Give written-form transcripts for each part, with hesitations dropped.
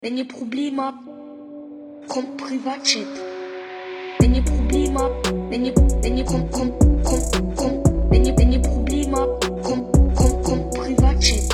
Wenn ihr Probleme habt, kommt Privatchat. Wenn ihr Probleme habt, wenn ihr kommt, wenn ihr Probleme habt, kommt Privatchat.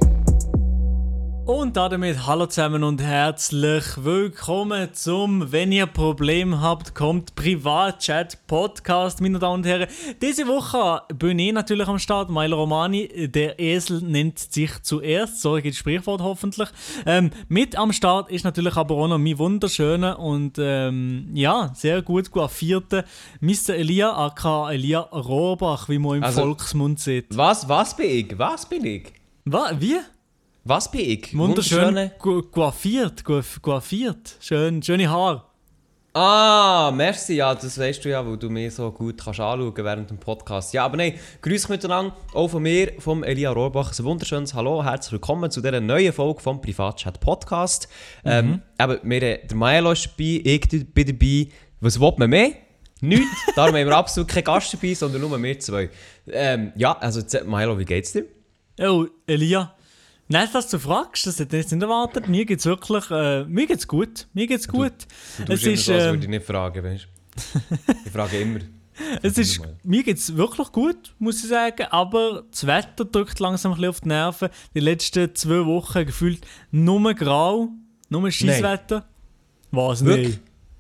Und damit hallo zusammen und herzlich willkommen zum «Wenn ihr Probleme habt, kommt Privatchat-Podcast», meine Damen und Herren. Diese Woche bin ich natürlich am Start, Milo Romani, der Esel nennt sich zuerst, so geht das Sprichwort hoffentlich. Mit am Start ist natürlich aber auch noch mein wunderschöner und sehr gut coiffierter Mr. Elia, aka Elia Rohrbach, wie man im Volksmund sieht. Was bin ich? Wie? Was bin ich? Wunderschön coiffiert. Schöne Haare. Ah, merci, ja, das weißt du ja, weil du mich so gut kannst anschauen während dem Podcast. Ja, aber nein, grüß euch miteinander, auch von mir, vom Elia Rohrbach. Ein wunderschönes Hallo, herzlich willkommen zu dieser neuen Folge vom Privatchat Podcast. Der Milo ist dabei, ich bin dabei. Was will man mehr? Nichts, darum haben wir absolut keinen Gast dabei, sondern nur wir zwei. Milo, wie geht's dir? Oh, Elia. Nein, dass du fragst, das hätte ich jetzt nicht erwartet. Mir geht's wirklich, mir geht's gut. Du tust immer so, als würde ich nicht fragen, weißt du? Ich frage immer. Mir geht's wirklich gut, muss ich sagen, aber das Wetter drückt langsam ein bisschen auf die Nerven. Die letzten 2 Wochen gefühlt nur grau, nur Scheisswetter. Was nicht?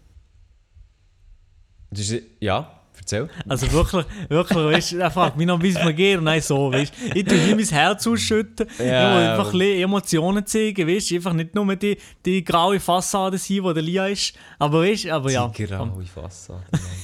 Ja. Erzähl. Also wirklich, weißt du, er fragt mich noch, wie es mir geht und nein, so, weißt du. Ich tue hier mein Herz ausschütten, einfach ein bisschen Emotionen zeigen, weißt du, einfach nicht nur die graue Fassade sein, die der Lia ist, aber weißt du, aber ja. Die graue Fassade,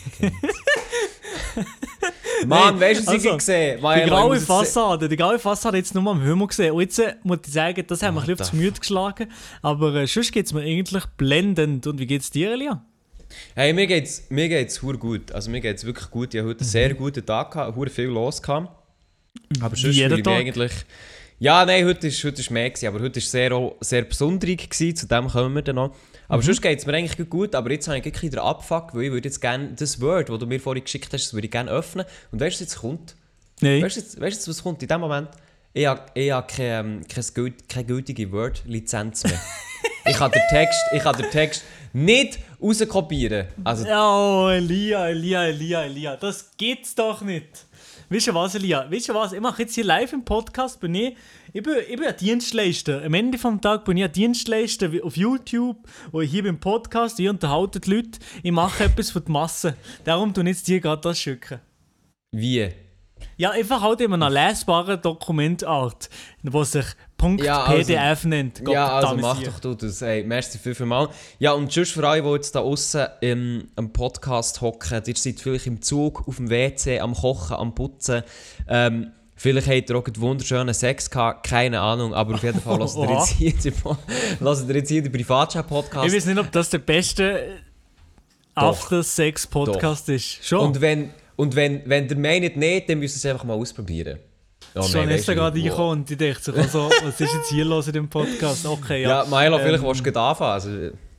Mann, weißt du, was ich gesehen habe? Die graue Fassade jetzt nur am Himmel gesehen. Und jetzt muss ich sagen, das haben wir ein bisschen aufs Gemüt geschlagen, aber sonst geht es mir eigentlich blendend. Und wie geht es dir, Lia? Hey, mir geht's gut. Also mir geht's wirklich gut. Ich hatte heute einen sehr guten Tag gehabt, sehr viel los gehabt. Aber sonst fühle ich mich eigentlich... Ja, nein, heute ist mehr gewesen, aber heute war sehr besonderig gewesen, zu dem kommen wir dann noch. Aber sonst geht's mir eigentlich gut, aber jetzt habe ich wirklich den Abfuck, weil ich würde jetzt gerne das Word, das du mir vorhin geschickt hast, das würde ich gerne öffnen. Und weißt du, was jetzt kommt? Nein. Weißt du, was kommt? In dem Moment, ich habe keine gültige Word-Lizenz mehr. Ich kann den Text nicht rauskopieren. Also oh, Elia, das gibt's doch nicht. Weißt du was, Elia? Ich mache jetzt hier live im Podcast, ich bin ein Dienstleister. Am Ende des Tages bin ich ein Dienstleister auf YouTube oder hier beim Podcast. Ich unterhalte die Leute, ich mache etwas für die Masse. Darum tue ich jetzt dir gerade das schicken. Wie? Ja, einfach halt in einer lesbaren Dokumentart, wo sich .pdf nennt. Gott, ja, also mach doch du das. Hey, merci vielmals. Ja, und sonst für alle, die jetzt da aussen am Podcast hocken, ihr seid vielleicht im Zug, auf dem WC, am Kochen, am Putzen. Vielleicht habt ihr auch einen wunderschönen Sex gehabt, keine Ahnung, aber auf jeden Fall lasst ihr jetzt hier den Privatchat-Podcast. Ich weiß nicht, ob das der beste After-Sex-Podcast ist. Schon? Und wenn ihr meint nicht, dann müsst ihr es einfach mal ausprobieren. Schon ist da gerade reingekommen und ich dachte so, also, was ist jetzt hier los in dem Podcast? Okay, ja. Ja, Milo, vielleicht willst du gerade anfangen. Also,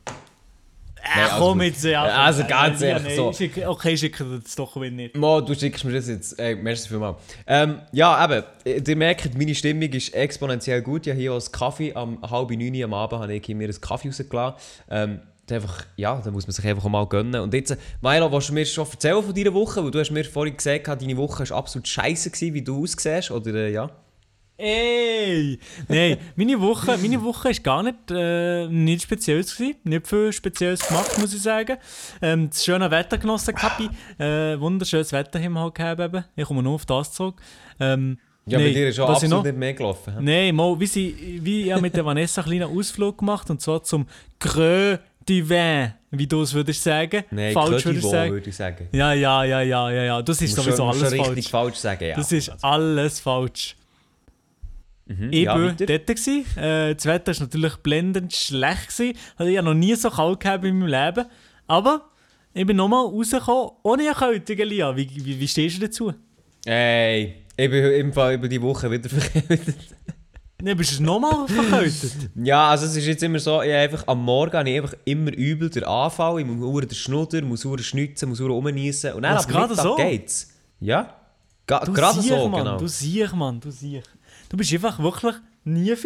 komm jetzt. Also ganz ehrlich, so. Okay, schicke das doch, wenn nicht. Mo, du schickst mir das jetzt. Merci vielmals. Ja, eben, ihr merkt, meine Stimmung ist exponentiell gut. Ich habe hier als Kaffee am 8:30 am Abend habe ich mir einen Kaffee rausgelassen. Einfach, ja, da muss man sich einfach auch mal gönnen. Und jetzt, Milo, willst du mir schon erzählen von deiner Woche? Weil du hast mir vorhin gesagt, deine Woche war absolut scheisse gewesen, wie du aussiehst, oder ja? Ey! Nein, meine Woche war gar nicht, nichts Spezielles gewesen. Nicht viel Spezielles gemacht, muss ich sagen. Das schöne Wetter genossen gehabt. Wunderschönes Wetter haben wir halt gehabt eben. Ich komme nur auf das zurück. Ja, bei dir ist schon absolut nicht mehr gelaufen. Nein, wie ich mit der Vanessa einen kleinen Ausflug gemacht, und zwar zum Creux du Vin, wie du es würdest sagen. Nein, falsch würde ich sagen. Ja. Das ist sowieso alles falsch. Richtig falsch sagen, ja. Das ist alles falsch. Ich war dort. Das Wetter war natürlich blendend schlecht. Also ich habe noch nie so kalt gehabt in meinem Leben. Aber ich bin nochmal rausgekommen ohne Erkältung, Elia. Wie stehst du dazu? Ey, ich bin im Fall über die Woche wieder verkältet. Ne, bist du nochmal verkältet? Ja, also es ist jetzt immer so, am Morgen habe ich einfach immer übel den Anfall. Ich muss den Schnudder, muss schnitzen, muss rumniessen. Und dann am Mittag geht's. Ja, gerade so, Mann, genau. Du siehst. Du bist einfach wirklich nie fit.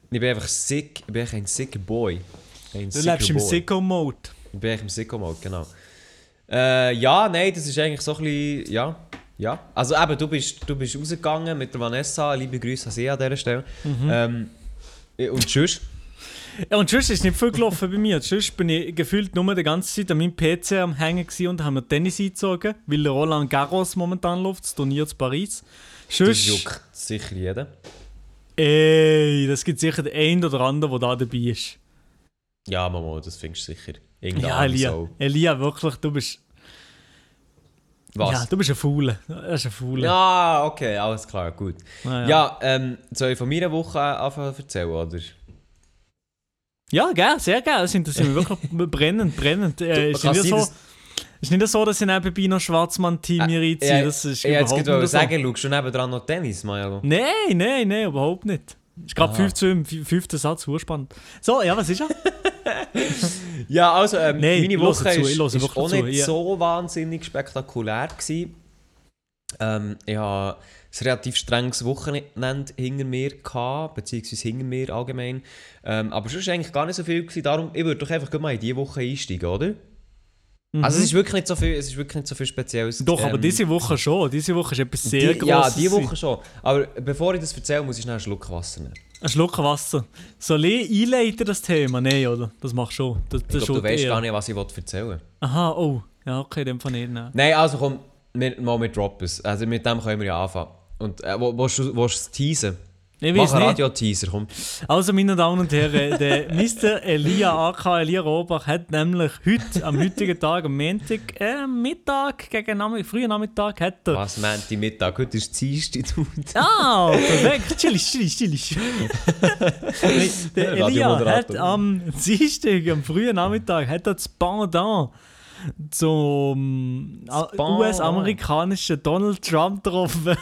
Ich bin einfach sick. Ich bin einfach ein sicker Boy. Du lebst im Sicko-Mode. Ich bin echt im Sicko-Mode, genau. Ja, nein, das ist eigentlich so ein bisschen... Ja. Also eben, du bist rausgegangen mit der Vanessa. Liebe Grüße an sie an dieser Stelle. Und tschüss. Ja, und sonst ist nicht viel gelaufen bei mir. Sonst bin ich gefühlt nur die ganze Zeit an meinem PC am Hängen und haben mir Tennis eingezogen, weil der Roland Garros momentan läuft, das Turnier zu Paris. Das juckt sicher jeden. Ey, das gibt sicher den einen oder anderen, der da dabei ist. Ja, Mama, das findest du sicher. Ja, Elia, wirklich, du bist... Was? Ja, du bist ein Fauler. Ja, okay, alles klar, gut. Ja. Soll ich von meiner Woche anfangen zu erzählen, oder? Ja, gerne, sehr gerne. Das interessiert mich wirklich brennend. Ist nicht so, dass ich nebenbei noch Schwarzmann-Team mir reinziehe. Das ist überhaupt nicht so. Sagen, schaust du nebendran noch Tennis, Milo? Nein, überhaupt nicht. Ist gerade 5. Satz, urspannend. So, ja, was ist er? Ja, also, meine Woche war auch nicht so wahnsinnig spektakulär gewesen. Ich hatte ein relativ strenges Wochenende hinter mir gehabt, beziehungsweise hinter mir allgemein. Aber sonst war eigentlich gar nicht so viel gewesen. Darum, ich würde doch einfach mal in diese Woche einsteigen, oder? Also es ist wirklich nicht so viel Spezielles. Doch, aber diese Woche schon. Diese Woche ist etwas sehr Grosses. Ja, diese Woche schon. Aber bevor ich das erzähle, muss ich schnell einen Schluck Wasser nehmen. Ein Schluck Wasser. Soll ich einleiten, das Thema? Nein, oder? Das machst du schon. Ich glaube, du weißt gar nicht, was ich erzählen will. Aha, oh. Ja, okay, in dem Fall nicht. Nein, also komm, wir droppen es. Also mit dem können wir ja anfangen. Und willst du es teasen? Ich Mach einen nicht. Radio-Teaser, komm. Also, meine Damen und Herren, der Mr. Elia A.K. Elia Rohrbach hat nämlich am heutigen Tag, am Montag, frühen Nachmittag, hat er... Was, Mittag? Heute ist Dienstag. Ah, perfekt. Chillig. Der Elia hat am Dienstag, am frühen Nachmittag, hat er das Pendant zum US-amerikanischen Donald Trump getroffen.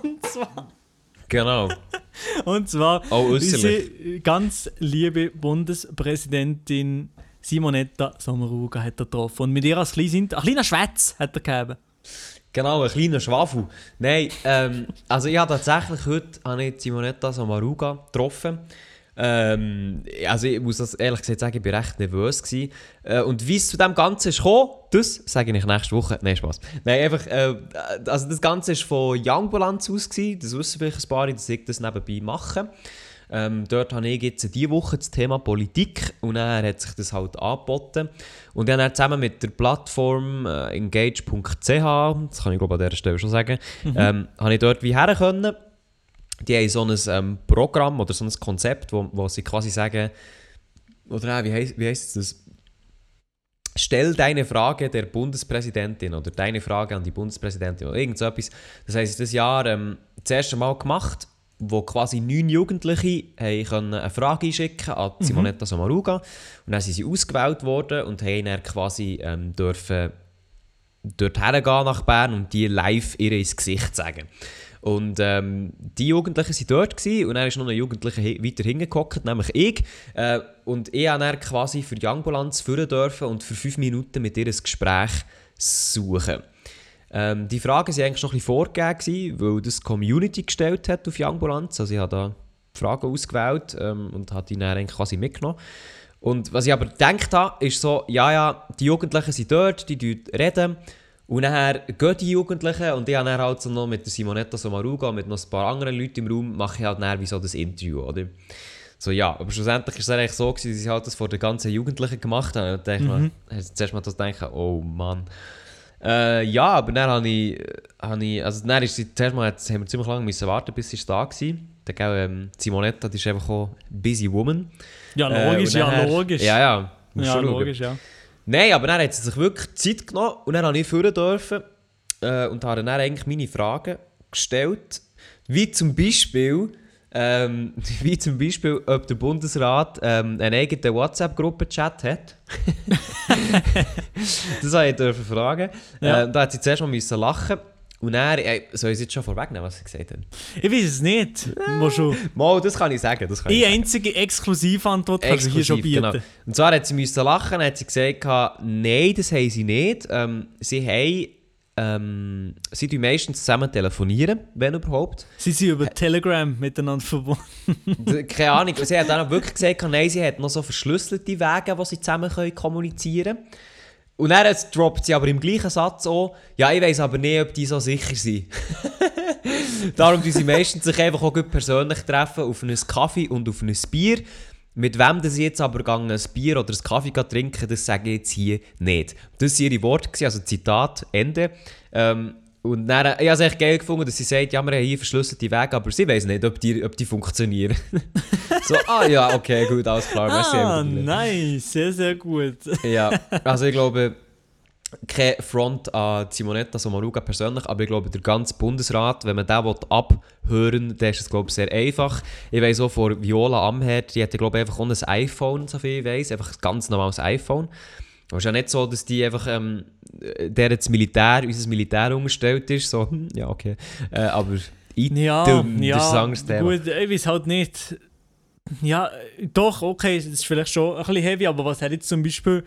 Genau. Und zwar unsere ganz liebe Bundespräsidentin Simonetta Sommaruga hat er getroffen. Und mit ihr als kleiner Schwätz hat er gegeben. Genau, ein kleiner Schwafel. Nein, also ich habe tatsächlich heute Simonetta Sommaruga getroffen. Also ich muss das ehrlich gesagt sagen, ich war recht nervös gewesen. Und wie es zu dem Ganzen ist gekommen, das sage ich nächste Woche. Nein, Spaß. Nein, einfach, also das Ganze war von Youngbalance aus gewesen. Das wissen vielleicht ein paar, dass ich das nebenbei mache. Dort habe ich jetzt diese Woche das Thema Politik und dann hat sich das halt angeboten. Und dann zusammen mit der Plattform engage.ch, das kann ich glaube an dieser Stelle schon sagen, habe ich dort wie her können. Die haben so ein Programm oder so ein Konzept, wo sie quasi sagen, oder wie heisst das? Stell deine Frage der Bundespräsidentin oder deine Frage an die Bundespräsidentin oder irgend so etwas. Das haben sie dieses Jahr das erste Mal gemacht, wo quasi 9 Jugendliche können eine Frage einschicken an Simonetta Sommaruga. Und dann sind sie ausgewählt worden und haben dann quasi dürfen dorthin gehen nach Bern und die live ihr ins Gesicht sagen. Und die Jugendlichen waren dort gewesen, und dann ist noch ein Jugendlicher weiter hingehockt, nämlich ich. Und ich durfte dann quasi für die Youngbalance führen dürfen und für 5 Minuten mit ihr ein Gespräch suchen. Die Fragen waren eigentlich noch ein bisschen vorgegeben, weil das Community gestellt hat auf Youngbalance. Also ich habe da Fragen ausgewählt und habe die dann eigentlich quasi mitgenommen. Und was ich aber gedacht habe, ist so, ja, die Jugendlichen sind dort, die reden. Und dann gehen die Jugendlichen und ich habe dann halt so noch mit der Simonetta Sommaruga und mit noch ein paar anderen Leuten im Raum mache ich halt dann wie so das Interview, oder? So, ja, aber schlussendlich war es eigentlich so, dass ich halt das vor den ganzen Jugendlichen gemacht habe. Und dann habe ich zuerst mal das gedacht, oh Mann. Ja, aber dann habe ich also dann ist sie, zuerst mal haben wir ziemlich lange müssen warten, bis sie da war. Dann Simonetta, die ist einfach auch busy woman. Ja, logisch, logisch. Ja, logisch, ja. Nein, aber dann hat sie sich wirklich Zeit genommen und dann durfte ich führen dürfen und habe dann eigentlich meine Fragen gestellt, wie zum Beispiel, ob der Bundesrat einen eigenen WhatsApp-Gruppe-Chat hat. Das durfte ich fragen. Ja. Da hat sie zuerst mal lachen. Und dann, soll ich es jetzt schon vorwegnehmen, was sie gesagt haben? Ich weiß es nicht. Mal, das kann ich sagen. Die einzige Exklusivantwort kannst du hier schon bieten. Genau. Und zwar hat sie lachen, hat sie gesagt, nein, das haben sie nicht. Sie haben sie tun meistens zusammen telefonieren, wenn überhaupt. Sie sind über Telegram miteinander verbunden. Keine Ahnung, sie hat dann auch wirklich gesagt, nein, sie hat noch so verschlüsselte Wege, wo sie zusammen kommunizieren können. Und dann droppt sie aber im gleichen Satz auch, ja, ich weiss aber nicht, ob die so sicher sind. Darum tun sie meistens sich einfach auch gut persönlich treffen auf einen Kaffee und auf ein Bier. Mit wem sie jetzt aber ein Bier oder einen Kaffee trinken, das sage ich jetzt hier nicht. Das waren ihre Worte, also Zitat, Ende. Und dann, ich habe es echt geil gefunden, dass sie sagt, ja, wir haben hier verschlüsselte Wege, aber sie weiss nicht, ob die funktionieren. So, ja, okay, gut, alles klar. Merci. Nice, sehr, sehr gut. Ja, also ich glaube, kein Front an Simonetta Sommaruga persönlich, aber ich glaube, der ganze Bundesrat, wenn man den abhören will, dann ist es, glaube ich, sehr einfach. Ich weiss auch von Viola Amherd, die hatte, glaube ich, einfach auch ein iPhone, so viel ich weiss, einfach ein ganz normales iPhone. Aber es ist ja nicht so, dass die einfach unser Militär umgestellt ist, so, ja, okay. Aber das ist ein anderes Thema. Gut, ich weiß halt nicht. Ja, doch, okay, das ist vielleicht schon ein bisschen heavy, aber was hat jetzt zum Beispiel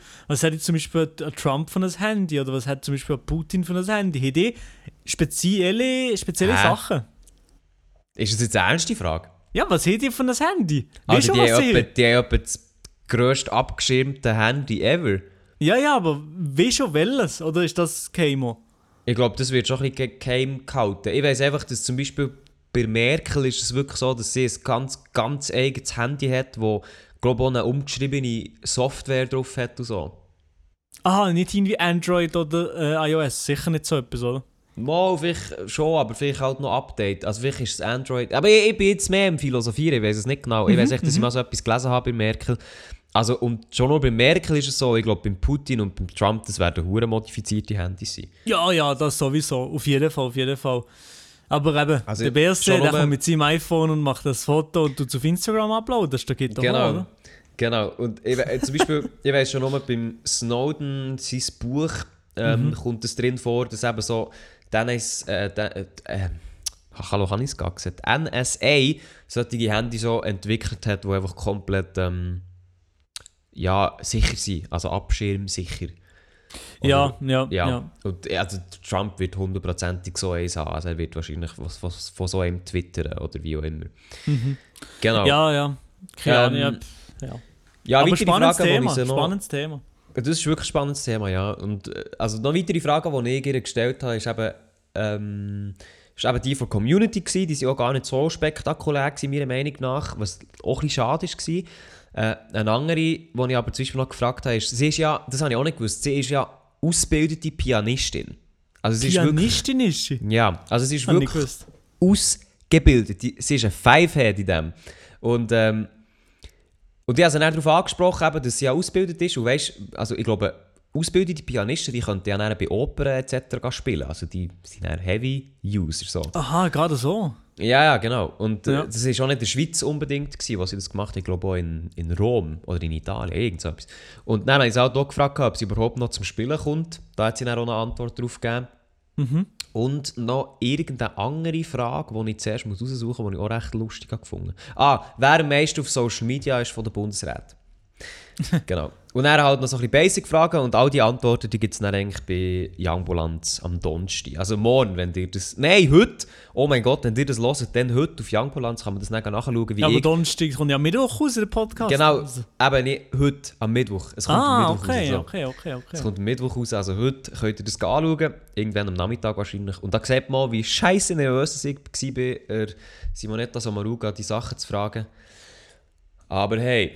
Trump von ein Handy oder was hat zum Beispiel Putin von ein Handy? Haben die spezielle Sachen? Ist das jetzt eine ernste Frage? Ja, was haben die von ein Handy? Also die haben das grösste abgeschirmte Handy ever. Ja, aber wie schon welches? Oder ist das geheim? Ich glaube, das wird schon ein bisschen geheim gehalten. Ich weiss einfach, dass zum Beispiel bei Merkel ist es wirklich so, dass sie ein ganz, ganz eigenes Handy hat, wo, glaube ich, auch eine umgeschriebene Software drauf hat und so. Aha, nicht irgendwie Android oder iOS, sicher nicht so etwas, oder? Mal, vielleicht schon, aber vielleicht halt noch Update. Also vielleicht ist es Android. Aber ich bin jetzt mehr im Philosophieren, ich weiss es nicht genau. Ich weiss echt, dass ich mal so etwas gelesen habe bei Merkel. Also, und schon nur bei Merkel ist es so, ich glaube, beim Putin und beim Trump, das werden hure modifizierte Handys sein. Ja, das sowieso. Auf jeden Fall. Aber eben, also der Berse, der kommt mit seinem iPhone und macht das Foto und tut es auf Instagram uploaden. Das geht doch mal, oder? Genau. Und zum Beispiel, ich weiss schon nur, beim Snowden, sein Buch, kommt es drin vor, dass eben so, hallo, kann ich es gar gesagt? NSA solche Handys so entwickelt hat, die einfach komplett sicher sind, also abschirmsicher. Ja. Und also Trump wird hundertprozentig so eins haben, also er wird wahrscheinlich was von so einem twittern oder wie auch immer. Genau. Ja. Keine Ahnung. Ja, aber spannendes Thema. Das ist wirklich ein spannendes Thema, ja. Und also noch weitere Fragen, die ich ihr gestellt habe, ist eben die von der Community gewesen. Die waren auch gar nicht so spektakulär gewesen, meiner Meinung nach, was auch ein bisschen schade war. Eine andere, die ich aber zum Beispiel noch gefragt habe, ist, sie ist ja, das habe ich auch nicht gewusst, sie ist ja ausgebildete Pianistin. Also sie Pianistin ist sie? Ja, also sie ist wirklich ausgebildet. Sie ist ein Fivehead in dem. Und ich habe sie dann darauf angesprochen, eben, dass sie ja ausgebildet ist. Und weißt, also ich glaube, ausgebildete Pianisten, die können ja dann bei Opern etc. spielen. Also die sind dann Heavy-User. So. Aha, gerade so. Ja, genau. Und das war auch nicht in der Schweiz unbedingt, wo sie das gemacht haben. Ich glaube auch in Rom oder in Italien, irgend so etwas. Und dann habe ich sie auch gefragt, ob sie überhaupt noch zum Spielen kommt. Da hat sie dann auch eine Antwort darauf gegeben. Und noch irgendeine andere Frage, die ich zuerst raussuchen muss, die ich auch recht lustig gefunden habe. Wer am meisten auf Social Media ist von der Bundesrat? Genau. Und dann halt noch so ein bisschen Basic-Fragen und all die Antworten, die gibt es dann eigentlich bei Youngbolanz am Donnerstag. Also morgen, wenn ihr das... Nein, heute! Oh mein Gott, wenn ihr das hört, dann heute auf Youngbolanz kann man das nachher nachschauen, wie aber Donnerstag kommt ja am Mittwoch raus, der Podcast. Genau, eben nicht heute, am Mittwoch. Es kommt am Mittwoch raus. Okay. Es kommt am Mittwoch raus, also heute könnt ihr das anschauen. Irgendwann am Nachmittag wahrscheinlich. Und da sieht man, wie scheisse nervös ich war, Simonetta Sommaruga die Sachen zu fragen. Aber hey...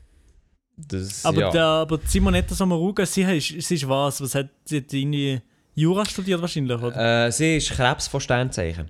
Aber Simonetta Sommaruga, sie ist was? Was hat sie irgendwie Jura studiert wahrscheinlich, oder? Sie ist Krebs von Sternzeichen.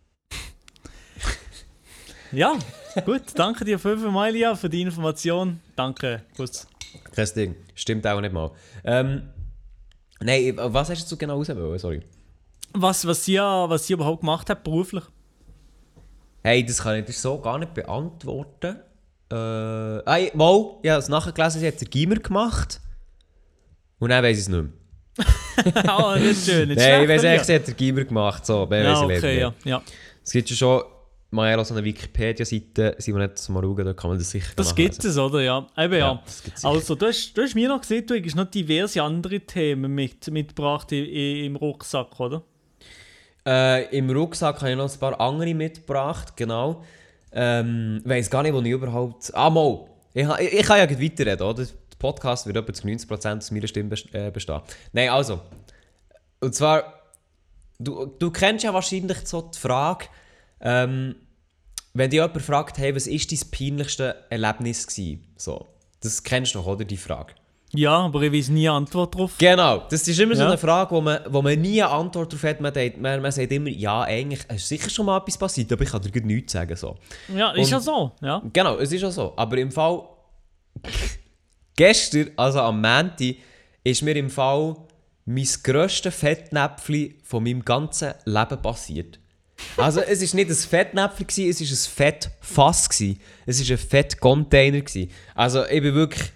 Ja, gut. Danke dir vielmals, Elia, für die Information. Danke, gut. Kein Ding. Stimmt auch nicht mal. Nein, was hast du genau rausgewählt? Sorry. Was sie überhaupt gemacht hat, beruflich? Hey, das kann ich dir so gar nicht beantworten. Ja, ich habe es nachgelesen, sie hat den Gimmer gemacht. Und dann weiss ich es nicht mehr. Oh, nicht schön, nicht Nein, ich weiss schlecht, echt, sie hat den Gimmer gemacht. So, okay, ja. Es gibt schon Maelo so eine Wikipedia-Seite, sie will nicht mal schauen, da kann man das sicher Das gibt es, oder? Ja, eben ja. das gibt's sicher. Also, du hast mir noch gesehen, du hast noch diverse andere Themen mitgebracht im Rucksack, oder? Im Rucksack habe ich noch ein paar andere mitgebracht, genau. Weiss gar nicht, wo ich überhaupt... mal! Ich kann ja weiterreden, oder? Der Podcast wird etwa zu 90% aus meiner Stimme bestehen. Nein, also. Und zwar, du kennst ja wahrscheinlich so die Frage, wenn dich jemand fragt, hey, was war dein peinlichste Erlebnis gewesen? So, das kennst du doch, oder, die Frage? Ja, aber ich weiß nie eine Antwort drauf. Genau, das ist immer so eine Frage, wo man nie eine Antwort darauf hat. Man sagt immer, ja, eigentlich ist sicher schon mal etwas passiert, aber ich kann dir gerade nichts sagen. So. Ja, ist ja so, ja. Genau, es ist ja so. Aber im Fall, gestern, also am Montag, ist mir im Fall mein grösstes Fettnäpfchen von meinem ganzen Leben passiert. Also es war nicht ein Fettnäpfchen, es war ein Fettfass. Es war ein Fettcontainer. Also ich bin wirklich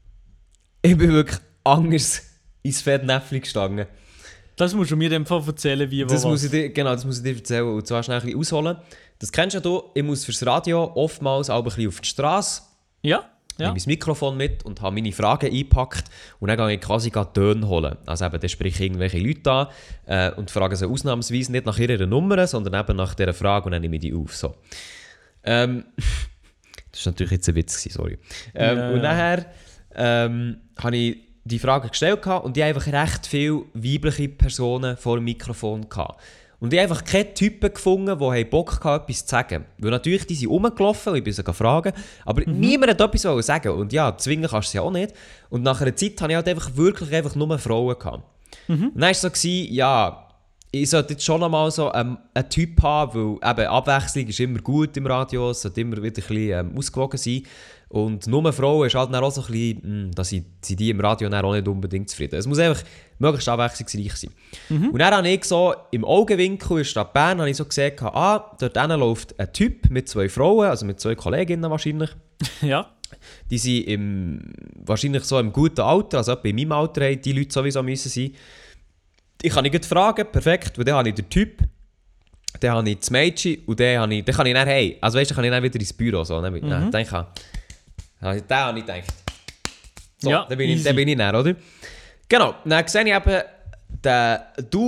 anders ins Fettnäpfchen gestanden. Das musst du mir in dem Fall erzählen, wie das muss ich dir erzählen. Und zwar schnell ein bisschen ausholen. Das kennst ja du, ich muss fürs Radio oftmals auch ein bisschen auf die Straße. Ja. Ich nehme mein Mikrofon mit und habe meine Fragen eingepackt und dann gehe ich quasi Töne holen. Also eben, dann spreche ich irgendwelche Leute an und frage sie ausnahmsweise nicht nach ihrer Nummer, sondern eben nach dieser Frage und dann nehme ich die auf. So. Das war natürlich jetzt ein Witz, sorry. Und nachher habe ich die Frage gestellt und ich hatte einfach recht viele weibliche Personen vor dem Mikrofon gehabt. Und ich habe einfach keine Typen gefunden, die Bock hatten, etwas zu sagen. Weil natürlich, die sind rumgelaufen und ich bin sie fragen, aber niemand hat etwas sagen. Und ja, zwingen kannst du sie auch nicht. Und nach einer Zeit hatte ich halt einfach nur Frauen gehabt. Und dann war es so, ja, ich sollte jetzt schon einmal so einen Typ haben, weil eben Abwechslung ist immer gut im Radio, es sollte immer wieder ein bisschen ausgewogen sein. Und nur Frauen ist halt dann auch so ein bisschen, da sind die im Radio dann auch nicht unbedingt zufrieden. Es muss einfach möglichst abwechslungsreich sein. Und dann habe ich so im Augenwinkel in der Stadt Bern habe ich so gesehen, dort läuft ein Typ mit 2 Frauen, also mit 2 Kolleginnen wahrscheinlich. Ja. Die sind wahrscheinlich so im guten Alter, also etwa in meinem Alter haben die Leute sowieso müssen sein. Ich kann nicht fragen, perfekt, weil dann habe ich den Typ, dann habe ich das Mädchen und dann kann ich dann hey. Also weißt du, dann kann ich dann wieder ins Büro. So. Dann habe ich gedacht. So, ja, dann bin ich dann, oder? Genau, dann sehe ich eben den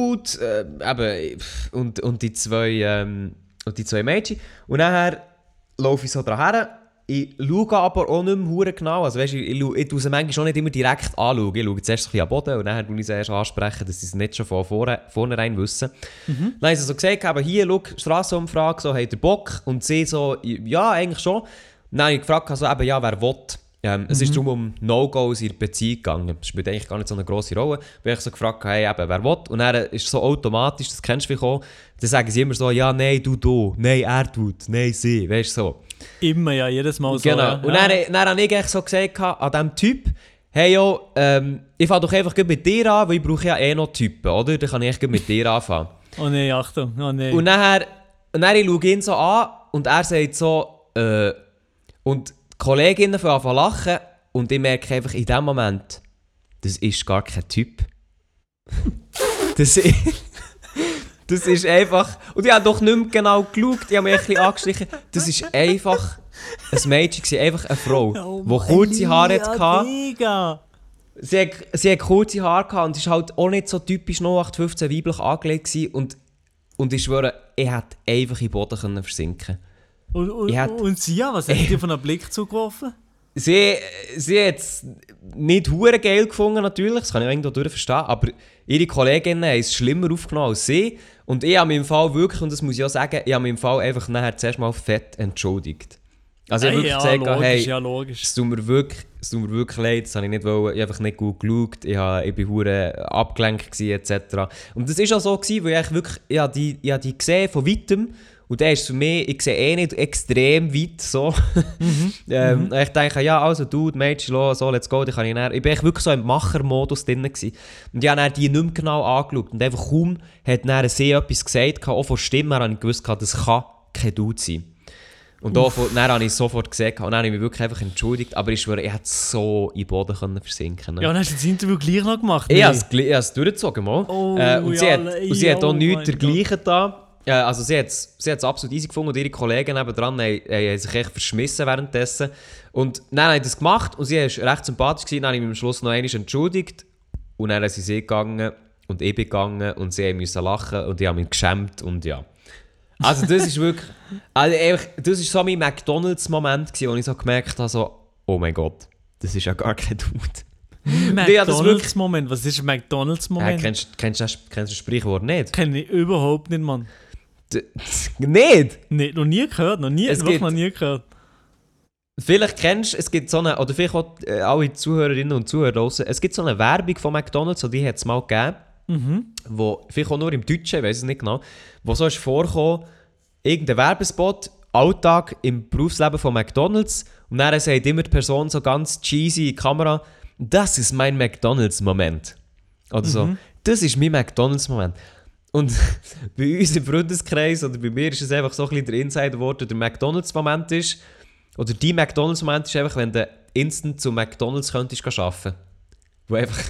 Dude und die zwei Mädchen. Und nachher laufe ich so dran her. Ich schaue aber auch nicht mehr genau. Also weißt, ich tue sie manchmal schon nicht immer direkt anschauen. Ich schaue zuerst ein bisschen am Boden und dann schaue ich sie erst ansprechen, dass sie es nicht schon von vornherein wissen. Dann haben sie so gesagt, hier, schau, Strassenumfrage, so, habt ihr Bock? Und sie so, ja, eigentlich schon. Dann habe ich gefragt, also, eben, ja, wer will. Es ist darum um No-Gos in der Beziehung gegangen. Das spielt eigentlich gar nicht so eine grosse Rolle. Weil ich so gefragt habe, hey, eben, wer will. Und dann ist es so automatisch, das kennst du vielleicht auch, dann sagen sie immer so, ja, nein, du, nein, er tut, nein, sie, weißt du so. Immer, ja, jedes Mal so. Genau. Ja. Und dann habe ich so gesagt an diesem Typ, hey yo, ich fange doch einfach mit dir an, weil ich brauche ja noch Typen, oder? Dann kann ich echt mit dir anfangen. Oh nein, Achtung, oh nein. Und dann ich schaue ihn so an und er sagt so, und die Kolleginnen fangen an lachen und ich merke einfach in dem Moment, das ist gar kein Typ. Das ist einfach... Und ich habe doch nicht mehr genau geschaut, ich habe mich ein bisschen angeschlichen. Das ist einfach ein Mädchen, einfach eine Frau, die kurze Haare hatte. Sie hat kurze Haare gehabt und war halt auch nicht so typisch 0815 weiblich angelegt und ich schwöre, ich hätte einfach in den Boden versinken können. Und sie, was hat dir von einem Blick zugeworfen? Sie hat es nicht hure geil gefunden, natürlich, das kann ich irgendwo verstehen, aber ihre Kolleginnen haben es schlimmer aufgenommen als sie. Und ich habe mich im Fall wirklich, und das muss ich auch sagen, ich habe mich im Fall einfach nachher zuerst mal fett entschuldigt. Also ich habe wirklich gesagt, logisch. Es tut mir wirklich leid, das habe ich nicht wollen, ich habe einfach nicht gut geschaut, ich war hure abgelenkt etc. Und das war auch so, weil ich wirklich, ich habe die gesehen von weitem. Und der ist für mich, ich sehe nicht extrem weit so. Ich denke, ja, also du, Mädchen, so, let's go, dann kann ich näher. Ich war wirklich so im Machermodus drin gewesen. Und ich habe dann die nicht mehr genau angeschaut. Und einfach kaum hat dann sie etwas gesagt, auch von Stimme her habe ich gewusst, das kann kein Dude sein. Und dann habe ich sofort gesagt, und dann habe ich mich wirklich einfach entschuldigt, aber ich schwöre, ich hätte so in den Boden versinken können. Ja, und hast du das Interview gleich noch gemacht? Ich habe es durchgezogen mal. Und sie hat auch nichts dergleichen da. also sie hat's absolut easy gefunden und ihre Kollegen nebendran haben sich echt verschmissen währenddessen. Und dann haben sie das gemacht und sie war recht sympathisch gewesen. Dann habe ich mich am Schluss noch einmal entschuldigt und dann sind sie gegangen und ich bin gegangen und sie mussten lachen und ich habe mich geschämt und ja. Also das ist wirklich, also das ist so mein McDonalds-Moment gewesen, wo ich so gemerkt habe, so, oh mein Gott, das ist ja gar kein Dude. McDonalds-Moment, was ist ein McDonalds-Moment? Kennst du das Sprichwort nicht? Kenne ich überhaupt nicht, Mann. Nicht? Nee, noch nie gehört, noch nie gehört. Vielleicht kennst du, es gibt so eine, oder vielleicht auch alle Zuhörerinnen und Zuhörer draussen, es gibt so eine Werbung von McDonalds, die hat es mal gegeben, wo, vielleicht auch nur im Deutschen, ich weiß es nicht genau, wo so ist vorgekommen, irgendein Werbespot, Alltag im Berufsleben von McDonalds und dann sagt immer die Person so ganz cheesy in die Kamera, das ist mein McDonalds-Moment. Oder so, das ist mein McDonalds-Moment. Und bei uns im Freundeskreis oder bei mir ist es einfach so ein bisschen der Insider geworden, der McDonalds-Moment ist, oder die McDonalds-Moment ist einfach, wenn du instant zu McDonalds könntest arbeiten. Wo einfach...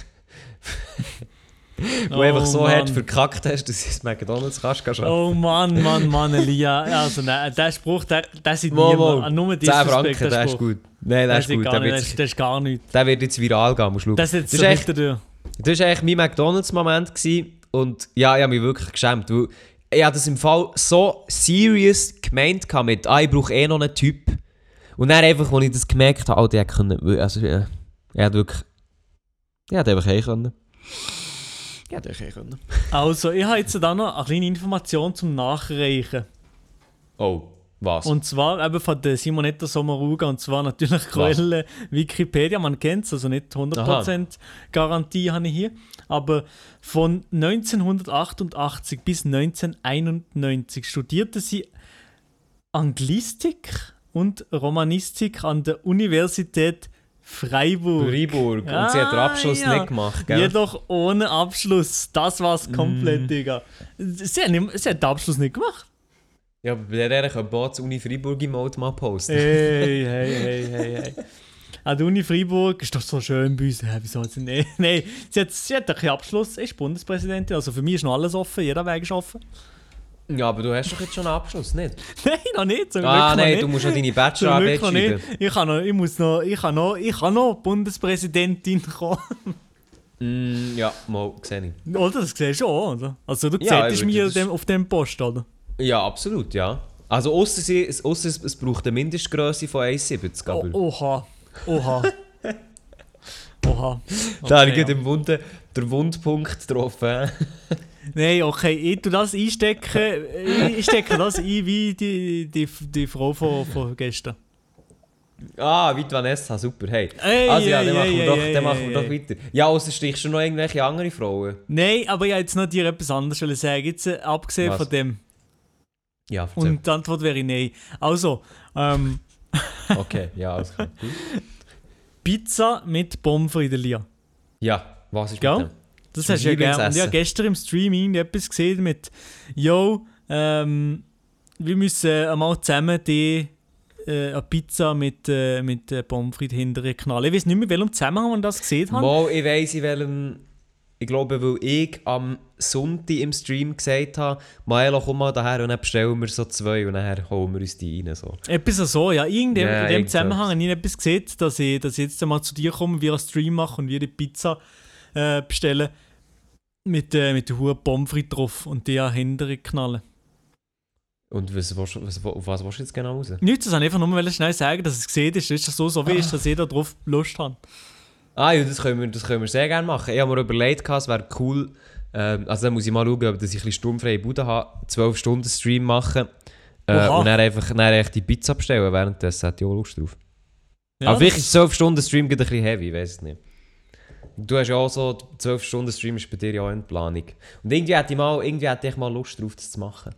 einfach so hart verkackt hast, dass du ins McDonalds kannst arbeiten. Oh Mann, Elia. Also nein, der Spruch, der sieht niemand. Nur 10 Franken, der ist gut. Nein, der ist gut. Das ist gar nichts. Der wird jetzt viral gehen, musst du schauen. Das ist jetzt so hinter. Das war eigentlich mein McDonalds-Moment gewesen. Und ja, ich habe mich wirklich geschämt. Weil ich habe das im Fall so serious gemeint mit, ich brauche eh noch einen Typ. Und dann einfach, als ich das gemerkt habe, die können, also er hat wirklich, er hat einfach können. Ja, der kann können. Also, ich habe jetzt da noch eine kleine Information zum Nachreichen. Oh, was? Und zwar eben von der Simonetta Sommaruga, und zwar natürlich Quelle Wikipedia, man kennt es, also nicht 100% Garantie habe ich hier, aber von 1988 bis 1991 studierte sie Anglistik und Romanistik an der Universität Freiburg. Und sie hat den Abschluss nicht gemacht, gell? Jedoch ohne Abschluss. Das war's komplett, Digga. Sie hat den Abschluss nicht gemacht. Ja, aber bei der können wir die Uni Freiburg im Mode mal posten. Hey. An der Uni Freiburg ist doch so schön bei uns. Wieso hat sie nicht? Nein, sie hat keinen Abschluss, ist Bundespräsidentin. Also für mich ist noch alles offen, jeder Weg ist offen. Ja, aber du hast doch jetzt schon einen Abschluss, nicht? Nein, noch nicht. Nein, du musst noch deine Bachelorarbeit schreiben. Ich kann noch Bundespräsidentin kommen. Ja, mal sehe ich. Oder? Das siehst du auch, oder? Also du siehst mir auf dem Post, oder? Ja, absolut, ja. Also ausser es braucht eine Mindestgröße von 1,70. Oha. Okay, da habe ich gerade im Wunden den Wundpunkt getroffen. Nein, okay, ich tue das einstecken. Ich stecke das ein wie die Frau von gestern. Wie die Vanessa, super, hey. Dann machen wir doch weiter. Ja, außer streichst du noch irgendwelche andere Frauen? Nein, aber ich wollte jetzt noch dir etwas anderes sagen. Jetzt, abgesehen von dem. Ja, erzähl. Und die Antwort wäre nein. Also, okay, ja, alles klar. Pizza mit Pommes frites, Lia. Ja, was ist mit dem? Das hast du ja gerne. Und ich habe gestern im Stream etwas gesehen mit wir müssen einmal zusammen eine Pizza mit Pommes frites hinterher knallen. Ich weiß nicht mehr, in welchem Zusammenhang man das gesehen hat. Mal, ich weiss, in welchem... Ich glaube, weil ich am Sonntag im Stream gesagt habe, Maelo, komm mal daher und dann bestellen wir so 2 und dann holen wir uns die rein. So. Etwas so, ja. In dem Zusammenhang habe ich etwas gesehen, dass ich jetzt einmal zu dir komme, wir einen Stream machen und wir die Pizza bestellen mit der hohen Pommes frites drauf und die hinterher knallen. Und auf was willst du jetzt genau raus? Nichts, das wollte ich einfach nur schnell sagen, dass es gesehen ist. Ist das so wie ist, dass jeder drauf Lust hat. Ja, das können wir sehr gerne machen. Ich habe mir überlegt, es wäre cool, also dann muss ich mal schauen, ob ich ein bisschen sturmfreie Bude habe, 12 Stunden Stream machen und dann einfach die Pizza bestellen, währenddessen hätte ich auch Lust drauf. Ja, aber vielleicht ist 12 Stunden Stream ein bisschen heavy, ich weiß es nicht. Du hast ja auch so, 12 Stunden Stream ist bei dir ja auch in Planung. Und irgendwie hätte ich mal Lust drauf, das zu machen.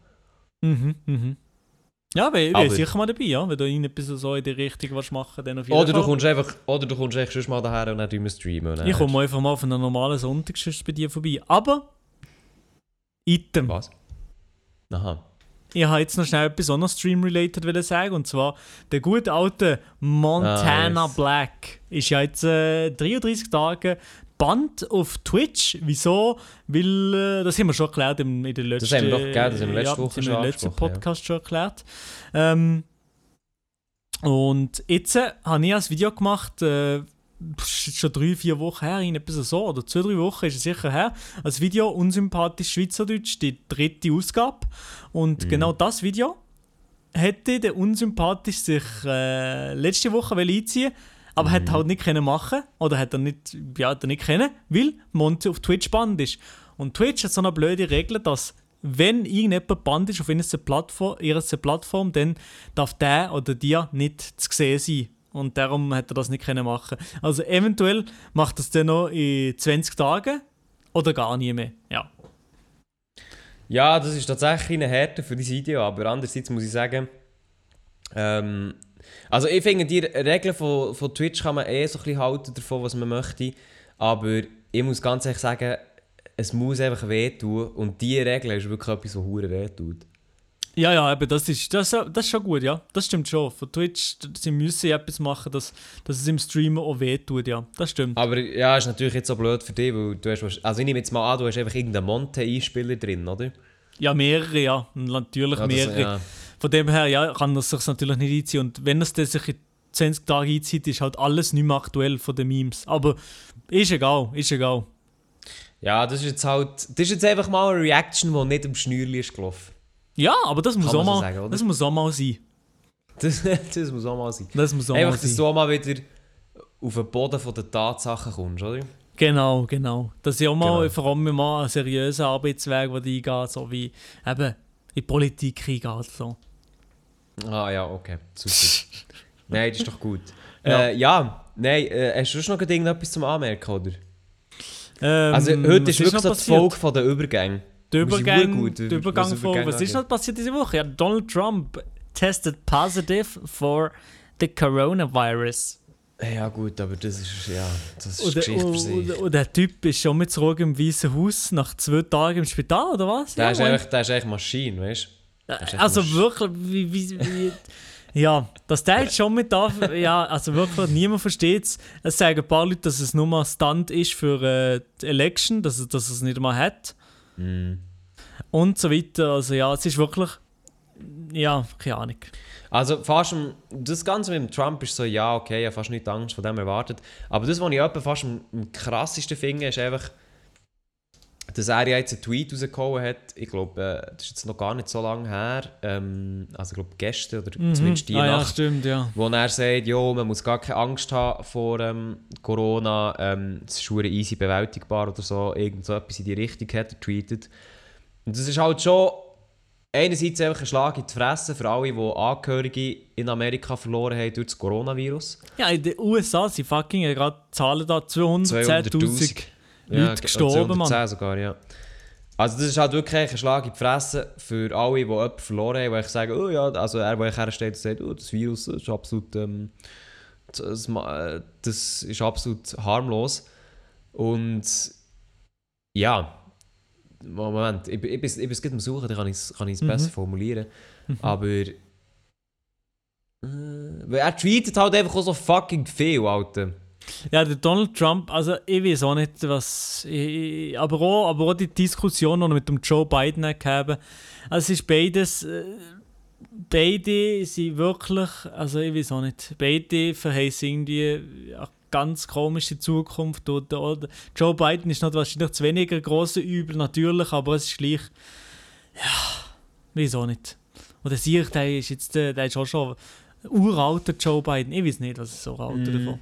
Ja, aber ich bin sicher mal dabei, ja? Wenn du irgendetwas so in die Richtung machen dann auf jeden Fall. Oder du kommst echt schon mal daher und dann streamen. Ich komme einfach mal auf einen normalen Sonntag bei dir vorbei. Aber Item. Was? Aha. Ich habe jetzt noch schnell etwas anderes Stream-related sagen, und zwar der gute alte Montana Black ist ja jetzt 33 Tage bannt auf Twitch. Wieso? Weil, das haben wir schon erklärt in der letzten... Das haben wir doch gegeben, das haben wir letzte Woche schon im letzten angesprochen, Podcast schon erklärt. Und jetzt habe ich ein Video gemacht, ist schon 3-4 Wochen her, etwas so, oder 2-3 Wochen ist es sicher her, ein Video «Unsympathisch Schweizerdeutsch», die 3. Ausgabe. Und genau das Video hätte der Unsympathisch sich letzte Woche einziehen wollen, aber hat halt nicht können machen, oder hat er nicht können, weil Monte auf Twitch banned ist. Und Twitch hat so eine blöde Regel, dass wenn irgendjemand banned ist auf ihrer Plattform, dann darf der oder die nicht zu sehen sein. Und darum hat er das nicht können machen. Also eventuell macht er es dann noch in 20 Tagen oder gar nie mehr. Ja. Ja, das ist tatsächlich eine Härte für dieses Video, aber andererseits muss ich sagen, also ich finde, die Regeln von Twitch kann man so ein bisschen halten davon, was man möchte, aber ich muss ganz ehrlich sagen, es muss einfach wehtun und diese Regel ist wirklich etwas, was verdammt wehtut. Ja, aber das ist schon gut, ja. Das stimmt schon. Von Twitch, sie müssen etwas machen, dass es im Streamen auch wehtut, ja. Das stimmt. Aber ja, ist natürlich jetzt so blöd für dich, weil du hast, also ich nehme jetzt mal an, du hast einfach irgendeinen Monte-Einspieler drin, oder? Ja, mehrere, ja. Natürlich ja, mehrere. Ja. Von dem her, ja, kann er sich natürlich nicht einziehen. Und wenn er sich in 20 Tagen einzieht, ist halt alles nicht mehr aktuell von den Memes. Aber ist egal. Ja, das ist jetzt einfach mal eine Reaction, die nicht am Schnürli ist gelaufen. Ja, aber das muss auch mal sein. Das muss auch mal sein. Das muss auch mal sein. Einfach, dass du auch mal wieder auf den Boden der Tatsachen kommst, oder? Genau. Dass ich auch mal, vor allem mal einen seriösen Arbeitsweg, der eingeht, so wie eben in die Politik eingeht. So. Ah ja, okay. Super. Nein, das ist doch gut. Hast du schon noch irgendetwas zum Anmerken, oder? Also heute ist wirklich so die Folge der Übergänge. Der Übergang von, was ist noch passiert diese Woche? Ja, Donald Trump tested positive for the coronavirus. Ja gut, aber das ist Geschichte für sich. Und der Typ ist schon mit zurück im Weißen Haus nach 2 Tagen im Spital, oder was? Der ist eigentlich Maschine, weißt du? Also wirklich, wie ja, dass der jetzt schon mit darf, ja, also wirklich, niemand versteht es. Es sagen ein paar Leute, dass es nur mal ein Stunt ist für die Election, dass es nicht mal hat. Und so weiter. Also ja, es ist wirklich, ja, keine Ahnung. Also fast das Ganze mit dem Trump ist so, ja okay, ich habe fast nicht Angst von dem erwartet. Aber das, was ich fast am krassesten finde, ist einfach, dass er jetzt einen Tweet rausgehauen hat. Ich glaube, das ist jetzt noch gar nicht so lange her. Also ich glaube gestern oder zumindest die Nacht. Ja, stimmt, ja. Wo er sagt, jo, man muss gar keine Angst haben vor Corona. Es ist schon easy bewältigbar oder so. Irgend so etwas in die Richtung hat er tweetet. Und das ist halt schon einerseits einfach ein Schlag in die Fresse für alle, die Angehörige in Amerika verloren haben durch das Coronavirus. Ja, in den USA sind fucking gerade Zahlen da 210'000 Leute gestorben, Mann. 210 sogar, ja. Also das ist halt wirklich ein Schlag in die Fresse für alle, die jemanden verloren haben, die sagen, oh ja, also er, der hersteht und sagt, oh, das Virus ist absolut, das ist absolut harmlos. Und ja, Moment, ich bin es gerade am Suchen, dann kann ich es besser formulieren. Aber er tweetet halt einfach auch so fucking viel, Alter. Ja, der Donald Trump, also ich weiß auch nicht, was... aber auch die Diskussion noch mit dem Joe Biden gegeben. Also es ist beides... beide sind wirklich... Also ich weiß auch nicht. Beide verheißen irgendwie eine ganz komische Zukunft. Oder Joe Biden ist noch wahrscheinlich zu weniger grosse Übel, natürlich, aber es ist gleich... Ja, weiß auch nicht. Oder der ist auch schon uralter Joe Biden. Ich weiß nicht, was ist so alt davon.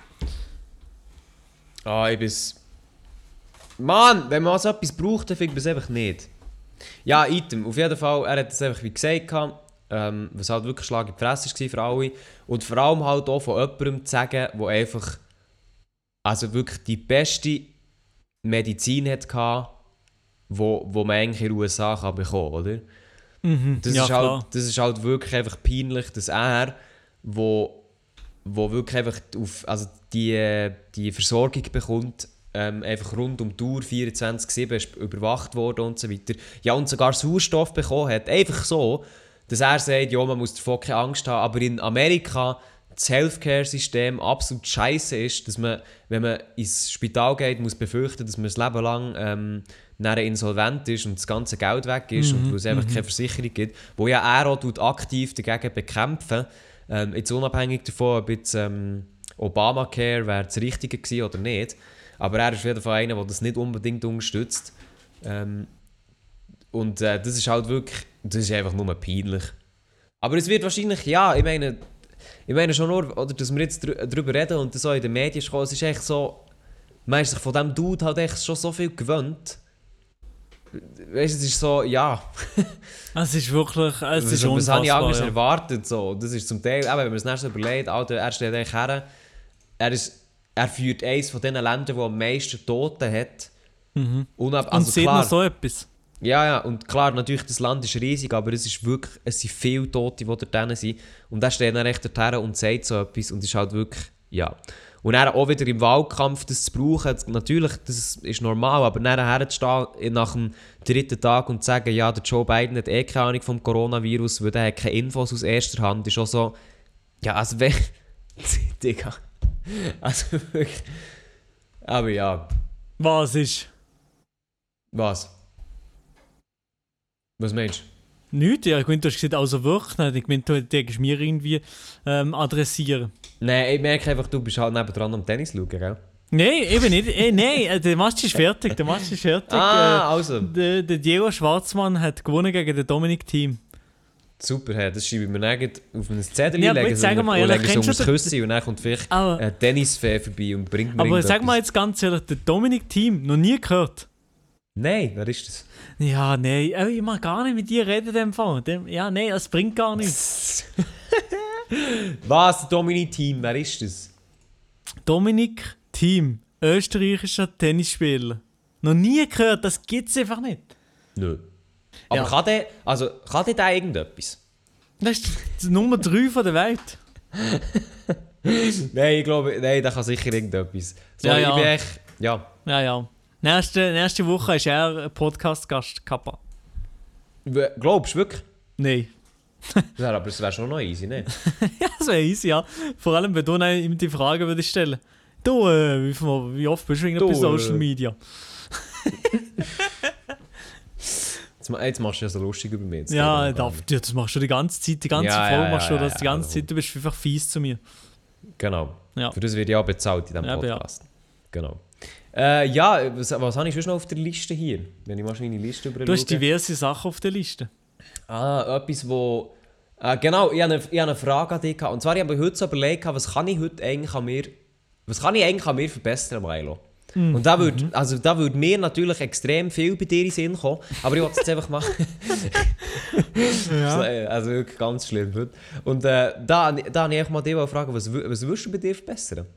Ah, ich bin's. Mann, wenn man so etwas braucht, dann findet man es einfach nicht. Ja, Item. Auf jeden Fall, er hat es einfach wie gesagt, was halt wirklich Schlag in die Fresse war für alle. Und vor allem halt auch von jemandem zu sagen, der einfach also wirklich die beste Medizin hatte, wo man eigentlich in den USA kann bekommen kann, oder? Das ist halt wirklich einfach peinlich, dass er, wo wirklich einfach die Versorgung bekommt, einfach rund um die Uhr 24/7 ist überwacht worden und so weiter. Ja, und sogar Sauerstoff bekommen hat. Einfach so, dass er sagt, ja, man muss davon keine Angst haben. Aber in Amerika das Healthcare-System absolut scheiße ist, dass man, wenn man ins Spital geht, muss befürchten, dass man das Leben lang nachher insolvent ist und das ganze Geld weg ist und wo es einfach keine Versicherung gibt, wo ja er auch aktiv dagegen bekämpfen. Jetzt unabhängig davon, ob jetzt Obamacare wäre das Richtige gewesen oder nicht, aber er ist auf jeden Fall einer, der das nicht unbedingt unterstützt. Und das ist halt wirklich, das ist einfach nur peinlich. Aber es wird wahrscheinlich, ja, ich meine schon nur, oder, dass wir jetzt darüber reden und das auch in den Medien kommen, es ist echt so, man ist sich von diesem Dude halt echt schon so viel gewöhnt. Weißt du, es ist so, ja. Es ist wirklich, es ist unfassbar. Was habe ich anders ja. erwartet? So. Das ist zum Teil, wenn man es nicht so überlegt, Alter, er steht eigentlich her, er führt eines von den Ländern, die am meisten Tote hat. Und also sieht klar, noch so etwas. Ja, und klar, natürlich, das Land ist riesig, aber es sind viele Tote, die da drin sind. Und er steht dann echt dorthin und sagt so etwas und ist halt wirklich, ja. Und dann auch wieder im Wahlkampf das zu brauchen, natürlich, das ist normal, aber dann herzustehen nach dem 3. Tag und zu sagen, ja, der Joe Biden hat keine Ahnung vom Coronavirus, weil er hat keine Infos aus erster Hand, ist auch so, ja, also wenn... Digga. Also wirklich... Aber ja. Was ist? Was? Was meinst du? Nichts, ja, ich meine, du hast gesagt, also wirklich nicht. Ich meine, du denkst mir irgendwie adressieren. Nein, ich merke einfach, du bist halt nebendran am Tennis schauen, gell? Nein, eben nicht. Nein, der Match ist fertig. Also. Der Diego Schwarzmann hat gewonnen gegen den Dominik Thiem. Super, das schreibe ich mir dann auf ein Zettel, ja, legen sag mal, legen kennst so du ums Küssen und dann kommt vielleicht ein Tennisfee vorbei und bringt mir aber sag mal jetzt ganz ehrlich, der Dominik Thiem, noch nie gehört? Nein, wer ist das? Ja, nein, ich mag gar nicht mit dir reden in dem Fall. Ja, nein, das bringt gar nichts. Was, Dominik Thiem, wer ist das? Dominik Thiem, österreichischer Tennisspieler. Noch nie gehört, das gibt es einfach nicht. Nö. Aber Ja. kann der irgendetwas? Das ist die Nummer 3 von der Welt. Nein, ich glaube, der kann sicher irgendetwas. So, Ja, ja. Ich bin echt, ja. Ja. Nächste Woche ist er Podcast-Gast, Kappa. Glaubst du wirklich? Nein. Ja, aber es wäre schon noch easy, ne? Ja, das wäre easy, ja. Vor allem, wenn du ihm die Frage würdest stellen. Du, wie oft bist du eigentlich bei Social Media? Jetzt machst du ja so lustig über mich. Ja, das machst du die ganze Zeit, die ganze Folge machst du das die ganze Zeit. Du bist einfach fies zu mir. Genau. Ja. Für das wird ja auch bezahlt in diesem Ja, Podcast. Genau. Was habe ich schon noch auf der Liste hier? Wenn ich mal meine Liste überschaue. Du hast diverse Sachen auf der Liste. Etwas, wo... genau, ich habe eine Frage an dich gehabt. Und zwar, ich habe heute so überlegt, was kann ich heute eigentlich an mir verbessern, Milo? Und da würde mir natürlich extrem viel bei dir in den Sinn kommen, aber ich wollte es jetzt einfach machen. Ja. Also wirklich ganz schlimm. Und da habe ich mal dich fragen, was würdest du bei dir verbessern?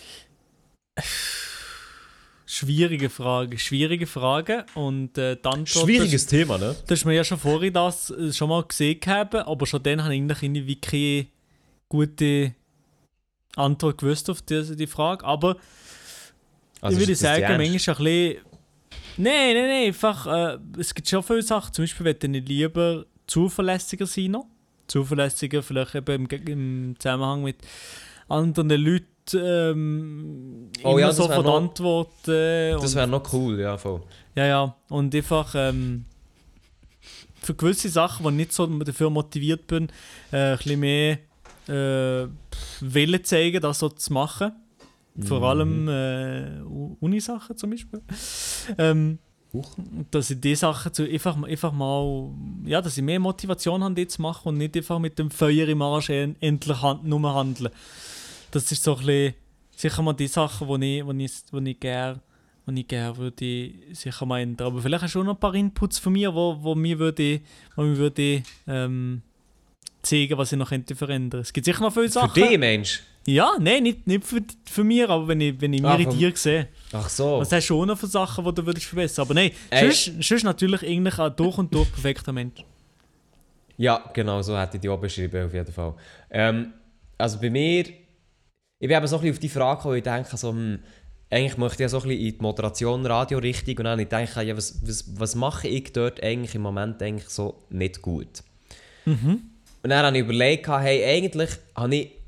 Schwierige Frage. Und die Antwort... Schwieriges Thema, ne? Das ist mir ja schon vorher das schon mal gesehen gehabt, aber schon dann habe ich eigentlich irgendwie keine gute Antwort gewusst auf die Frage. Aber Also ich würde ist das sagen, ernst? manchmal ein bisschen... Nein, einfach... es gibt schon viele Sachen, zum Beispiel würde ich lieber zuverlässiger sein noch. Zuverlässiger vielleicht eben im Zusammenhang mit anderen Leuten immer so von der Antwort. Das wäre noch cool, ja, voll. Ja, und einfach für gewisse Sachen, wo ich nicht so dafür motiviert bin, ein bisschen mehr Wille zeigen, das so zu machen. Vor allem Unisachen zum Beispiel. Dass ich die Sachen einfach mal, ja, dass ich mehr Motivation habe, die zu machen und nicht einfach mit dem Feuer im Arsch endlich nur handeln. Das ist so ein bisschen, sicher mal die Sachen, die ich gerne würde sicher mal ändern. Aber vielleicht hast du auch noch ein paar Inputs von mir, wo mir würde zeigen, was ich noch könnte verändern. Es gibt sicher noch viele Sachen. Für dich, Mensch? Ja, nein, nicht für mich, aber wenn ich mir in dir sehe. Ach so. Was hast du auch noch für Sachen, die du würdest verbessern? Aber nein, sonst natürlich eigentlich ein durch und durch perfekter Mensch. Ja, genau, so hätte ich die auch beschrieben, auf jeden Fall. Also bei mir, ich bin eben so ein bisschen auf die Frage gekommen, ich denke so, eigentlich möchte ich ja so ein bisschen in die Moderation, Radio-Richtung und dann ich denke, ja, was mache ich dort eigentlich im Moment eigentlich so nicht gut? Und dann habe ich überlegt, hey, eigentlich habe ich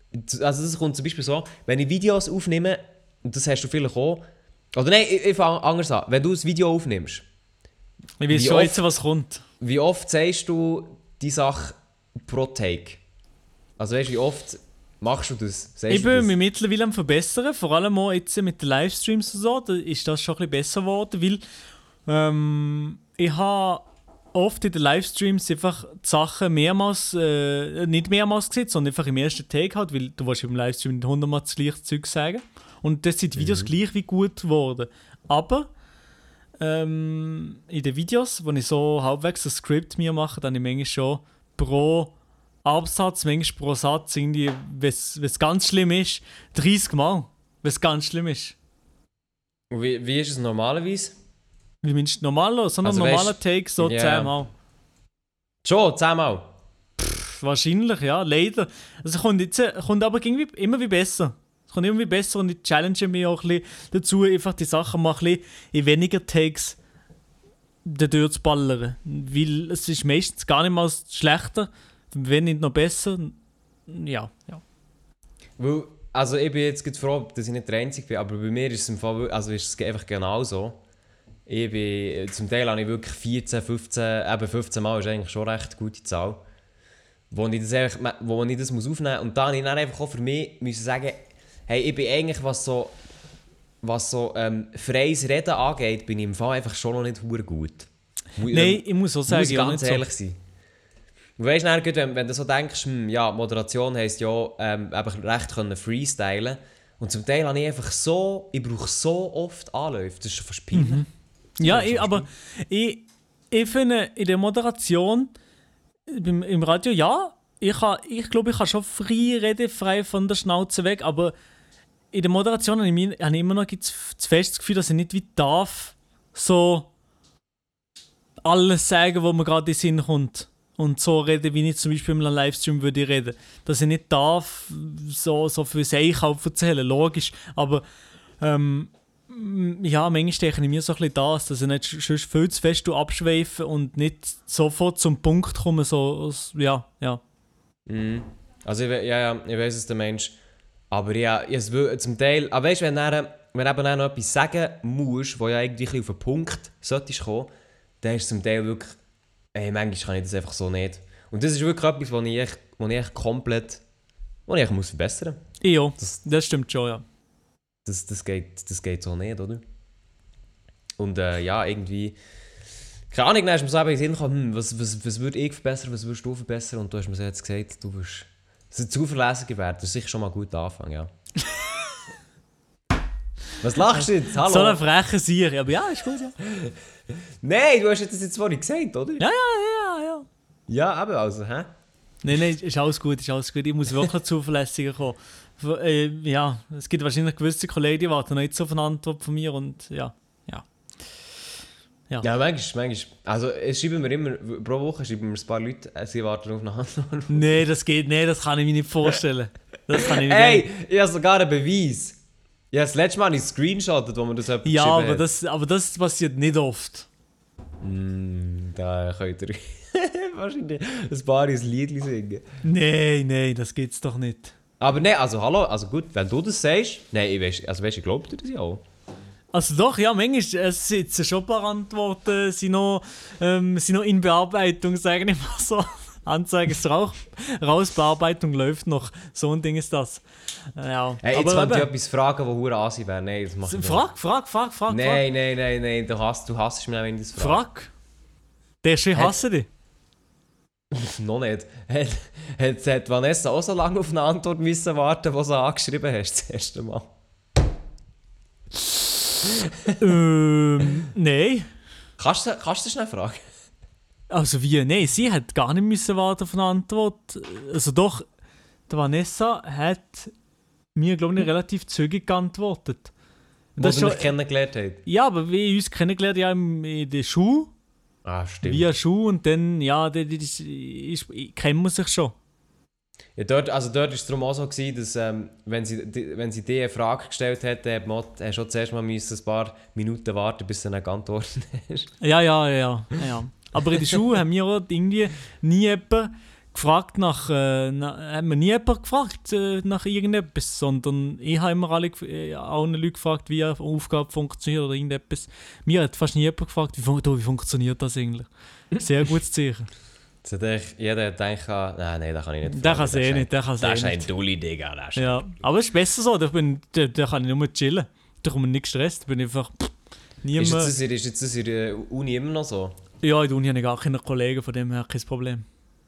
Also das kommt zum Beispiel so, wenn ich Videos aufnehme, und das hast du vielleicht auch, oder nein, ich fange anders an. Wenn du ein Video aufnimmst, Ich weiß schon jetzt, was kommt. wie oft sagst du die Sache pro Take? Also weißt du, wie oft machst du das? Sagst Ich bin mich mittlerweile am verbessern, vor allem auch jetzt mit den Livestreams und so, da ist das schon ein bisschen besser geworden, weil ich habe oft in den Livestreams einfach die Sachen mehrmals, nicht mehrmals gesehen, sondern einfach im ersten Take halt, weil du willst im Livestream nicht 100-mal das gleiche Zeug sagen. Und das sind die Videos gleich wie gut geworden. Aber in den Videos, wo ich so halbwegs ein Skript mir mache, dann ich manchmal schon pro Absatz, manchmal pro Satz, irgendwie, wenn es ganz schlimm ist, 30 Mal, wenn es ganz schlimm ist. Wie ist es normalerweise? Wie meinst du normal? So ein Also normaler Take, so ja. 10 Mal. Schon, 10 Mal? Wahrscheinlich, ja, leider. Also kommt aber irgendwie immer wie besser. Es kommt immer wie besser und ich challenge mich auch ein bisschen dazu, einfach die Sachen mal ein bisschen in weniger Takes dadurch zu ballern. Weil es ist meistens gar nicht mal schlechter, wenn nicht noch besser. Ja. Weil, also ich bin jetzt gerade froh, dass ich nicht der Einzige bin, aber bei mir ist es im Fall, also ist es einfach genau so. Zum Teil habe ich wirklich 14, 15, eben 15 Mal ist eigentlich schon eine recht gute Zahl, wo ich das muss aufnehmen muss. Und dann habe ich dann einfach auch für mich müssen sagen, hey, ich bin eigentlich, was so freies Reden angeht, bin ich im Fall einfach schon noch nicht verdammt gut. Nein, ich muss auch sagen, muss ganz ehrlich sein. Und weißt du, wenn du so denkst, ja, Moderation heisst ja, einfach recht können freestylen. Und zum Teil habe ich einfach ich brauche so oft Anläufe, das ist schon fast peinlich. Ja, ich finde, in der Moderation, im Radio, ja, ich glaube, ich kann schon frei reden, frei von der Schnauze weg, aber in der Moderation habe ich immer noch zu fest das Gefühl, dass ich nicht wie darf, so alles sagen, was mir gerade in den Sinn kommt. Und so reden, wie ich zum Beispiel in einem Livestream würde reden. Dass ich nicht darf, so für sich auch erzählen, logisch. Aber ja, manchmal denke ich mir so ein bisschen dass ich nicht sonst viel zu fest abschweife und nicht sofort zum Punkt komme, so, ja. Mhm. Also ich weiss es, der Mensch. Aber ja, es will zum Teil, aber weißt du, wenn du eben noch etwas sagen musst, wo ja eigentlich auf den Punkt solltest kommen, dann ist es zum Teil wirklich, manchmal kann ich das einfach so nicht. Und das ist wirklich etwas, was ich komplett muss verbessern muss. Ja, das stimmt schon, ja. Das geht so nicht, oder? Und ja, irgendwie, keine Ahnung, dann ist mir so eben in den Sinn gekommen, was würde ich verbessern, was würdest du verbessern? Und du hast mir jetzt gesagt, du wirst zuverlässiger werden. Das ist sicher schon mal gut anfangen, ja. Was lachst du jetzt? Hallo? So eine freche Sier, aber ja, ist gut, ja. Nein, du hast das jetzt vorhin gesagt, oder? Ja. Ja, eben, also, hä? Nein, ist alles gut, Ich muss wirklich zuverlässiger kommen. Ja, es gibt wahrscheinlich gewisse Kollegen, die warten noch nicht so auf eine Antwort von mir und ja. Ja, manchmal. Also, es schreiben wir immer, pro Woche schreiben wir ein paar Leute, sie warten auf eine Antwort. Nein, das kann ich mir nicht vorstellen. Hey, ich habe sogar einen Beweis. Ja, das letzte Mal habe ich screenshottet, wo man das jemand ja, geschrieben aber das passiert nicht oft. Da könnt ihr wahrscheinlich ein paar ins Liedli singen. Nein, das geht's doch nicht. Aber nein, also hallo, also gut, wenn du das sagst, nein, ich glaube dir das ja auch. Also doch, ja, manchmal es sitzen schon ein paar Antworten, sind noch in Bearbeitung, sagen wir mal so. Anzeige ist raus, Bearbeitung läuft noch. So ein Ding ist das. Ja. Hey, jetzt kann ich etwas fragen, wo hure Asi wäre. Nein, das mache ich nicht. Frag. Nein, du hasst mich nicht, wenn ich das frage. Frag. Der ist schon hasse dich. Noch nicht. Hat Vanessa auch so lange auf eine Antwort müssen warten, die sie angeschrieben hast, das erste Mal? Nein. Kannst du das schnell fragen? Also wie? Nein, sie hat gar nicht müssen warten auf eine Antwort. Also doch, die Vanessa hat mir, glaube ich, relativ zügig geantwortet. Wo sie mich kennengelernt hat? Ja, aber wir uns kennengelernt ja in der Schule. Ah, stimmt. Via Schule und dann, ja, kennen wir sich schon. Ja, dort war es darum auch so, dass wenn sie dir eine Frage gestellt hat, hast du schon zuerst mal ein paar Minuten warten, bis sie dann geantwortet hast. Ja. Aber in der Schule haben wir auch irgendwie nie jemanden gefragt hat mir nie jemand gefragt nach irgendetwas, sondern ich habe immer allen Leuten gefragt, wie eine Aufgabe funktioniert oder irgendetwas. Mir hat fast nie jemand gefragt, wie funktioniert das eigentlich. Sehr gutes Zeichen. Jeder denkt, nein, das kann ich nicht. Der kann es eh nicht. Das ist ein Dulli, Digga. Ja, aber es ist besser so, da kann ich nur chillen. Da komme ich nicht gestresst, bin einfach niemand... Ist jetzt in der Uni immer noch so? Ja, in der Uni habe ich gar keine Kollegen, von dem her kein Problem.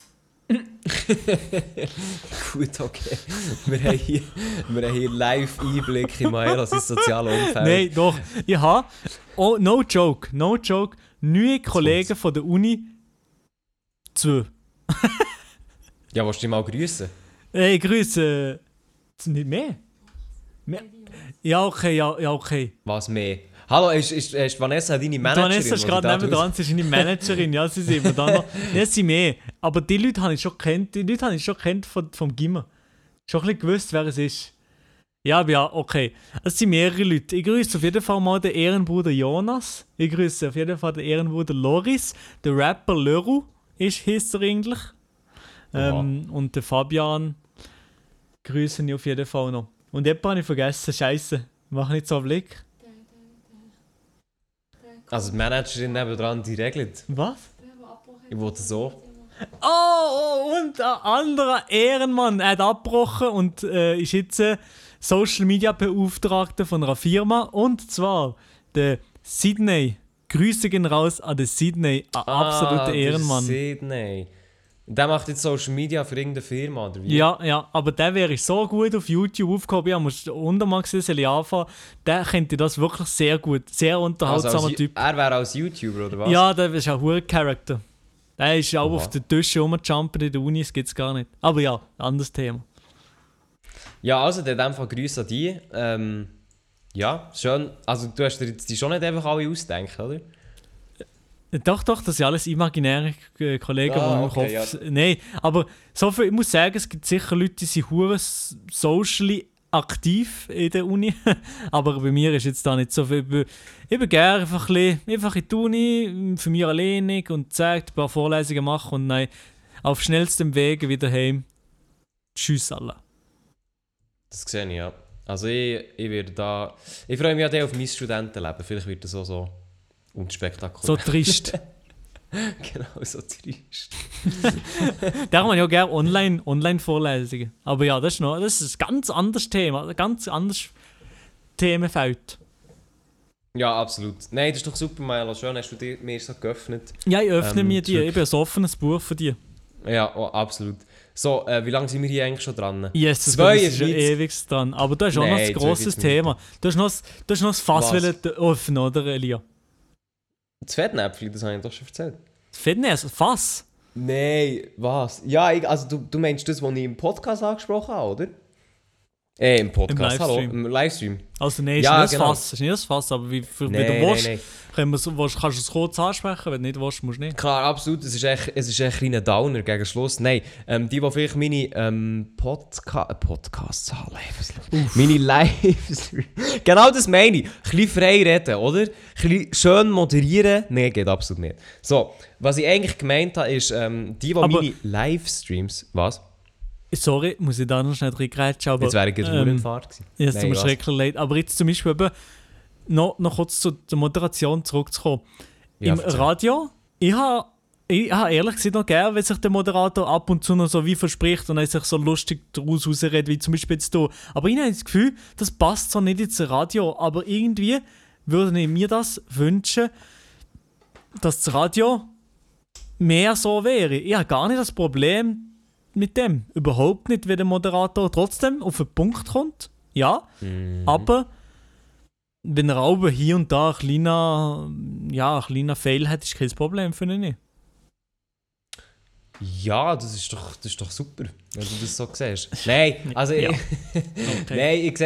Gut, okay. Wir haben hier Live-Einblick in Maelas soziales Umfeld. Nein, doch. Ich habe, no joke, 9 Kollegen von der Uni, 2. Ja, willst du dich mal grüßen? Hey, grüße. Nicht mehr? Ja, okay. Was mehr? Hallo, ist Vanessa deine Managerin? Vanessa ist gerade nebendran, sie ist eine Managerin, ja, sie sind immer da noch. Ja, sie mehr. Aber die Leute habe ich schon gekannt, vom Gimmer. Schon ein bisschen gewusst, wer es ist. Ja, aber ja, okay. Es sind mehrere Leute. Ich grüße auf jeden Fall mal den Ehrenbruder Jonas. Ich grüße auf jeden Fall den Ehrenbruder Loris. Der Rapper Leru heisst er eigentlich. Und den Fabian grüße ich auf jeden Fall noch. Und jemanden habe ich vergessen, Scheiße. Mach nicht so einen Blick. Also die Managerin nebendran, die regelt. Was? Ich wollte so. Und ein anderer Ehrenmann, er hat abgebrochen und ist jetzt Social Media Beauftragter von einer Firma. Und zwar der Sydney. Grüße gehen raus an den Sydney, ein absoluter Ehrenmann. Sydney. Der macht jetzt Social Media für irgendeine Firma, oder wie? Ja, aber der wäre so gut auf YouTube aufgehoben. Ich musste unten mal gesehen, soll ich anfangen. Der könnte das wirklich sehr gut. Sehr unterhaltsamer Typ. Er wäre als YouTuber, oder was? Ja, der ist ein hoher Charakter. Der ist auch auf den Tischen rumjumpen in der Uni, das gibt es gar nicht. Aber ja, anderes Thema. Ja, also in dem Fall Grüße an dich. Ja, schön. Also du hast dir jetzt die schon nicht einfach alle ausdenken, oder? Doch, das sind alles imaginäre Kollegen, die ich hoffe. Ja. Nein, aber so viel, ich muss sagen, es gibt sicher Leute, die sind hure socially aktiv in der Uni. Aber bei mir ist jetzt da nicht so viel. Ich bin gerne einfach in die Uni, für mich alleinig und ein paar Vorlesungen machen und dann auf schnellstem Wege wieder heim. Tschüss alle. Das sehe ich, ja. Also ich freue mich ja auf mein Studentenleben. Vielleicht wird das auch so unspektakulär. So trist. Genau, so trist. Da haben wir ja gerne Online-Vorlesungen. Aber ja, das ist ein ganz anderes Thema, ein ganz anderes Themenfeld. Ja, absolut. Nein, das ist doch super, Milo. Schön, hast du mir so geöffnet. Ja, ich öffne mir die. Ich bin ein offenes Buch für dich. Ja, oh, absolut. So, wie lange sind wir hier eigentlich schon dran? Yes, das ist schon ewig dran. Aber du hast auch noch ein grosses Thema. Du hast noch das Fass öffnen, oder Elia? Das Fettnäpfchen, das habe ich doch schon erzählt. Das Fettnäpfchen? Fass? Nein, was? Ja, also du meinst das, was ich im Podcast angesprochen habe, oder? Im Podcast, hallo, im Livestream. Also nein, ja, ist nicht genau. das Fass, aber wenn du willst, kannst du es kurz ansprechen, wenn du nicht willst, musst du nicht. Klar, absolut, es ist echt ein kleiner Downer gegen Schluss. Nein, die vielleicht meine Podcasts haben, meine Livestream. Genau das meine ich. Ein bisschen frei reden, oder? Ein bisschen schön moderieren. Nein, geht absolut nicht. So, was ich eigentlich gemeint habe, ist, meine Livestreams... Was? Sorry, muss ich da noch schnell reingrätschen, aber... Jetzt wäre ich in Fahrt gewesen. Ja, es tut mir schrecklich leid. Aber jetzt zum Beispiel eben, noch kurz zur Moderation zurückzukommen. Ja, im Radio, ich habe ehrlich gesagt noch gerne, wenn sich der Moderator ab und zu noch so wie verspricht und dann sich so lustig daraus rausredet, wie zum Beispiel jetzt hier. Aber ich habe das Gefühl, das passt so nicht ins Radio. Aber irgendwie würde ich mir das wünschen, dass das Radio mehr so wäre. Ich habe gar nicht das Problem mit dem. Überhaupt nicht, wenn der Moderator trotzdem auf den Punkt kommt. Ja, aber wenn er auch hier und da ein kleiner Fail hat, ist kein Problem, finde ich nicht. Ja, das ist doch super, wenn du das so siehst. Nein, also ja. Nein, ich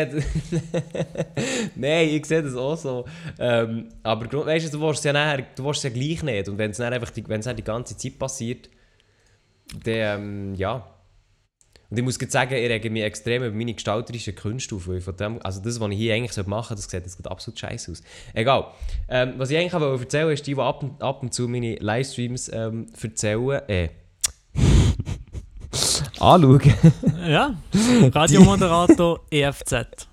sehe das auch so. Aber weißt du willst es ja gleich nicht. Und wenn es dann die ganze Zeit passiert, dann, ja. Und ich muss jetzt sagen, ich rege mich extrem über meine gestalterischen Künste auf. Von dem, also das, was ich hier eigentlich machen sollte, das sieht jetzt absolut scheiße aus. Egal. Was ich eigentlich erzählen wollte, ist die ab und zu meine Livestreams erzählen. anschauen. Ja, Radiomoderator EFZ.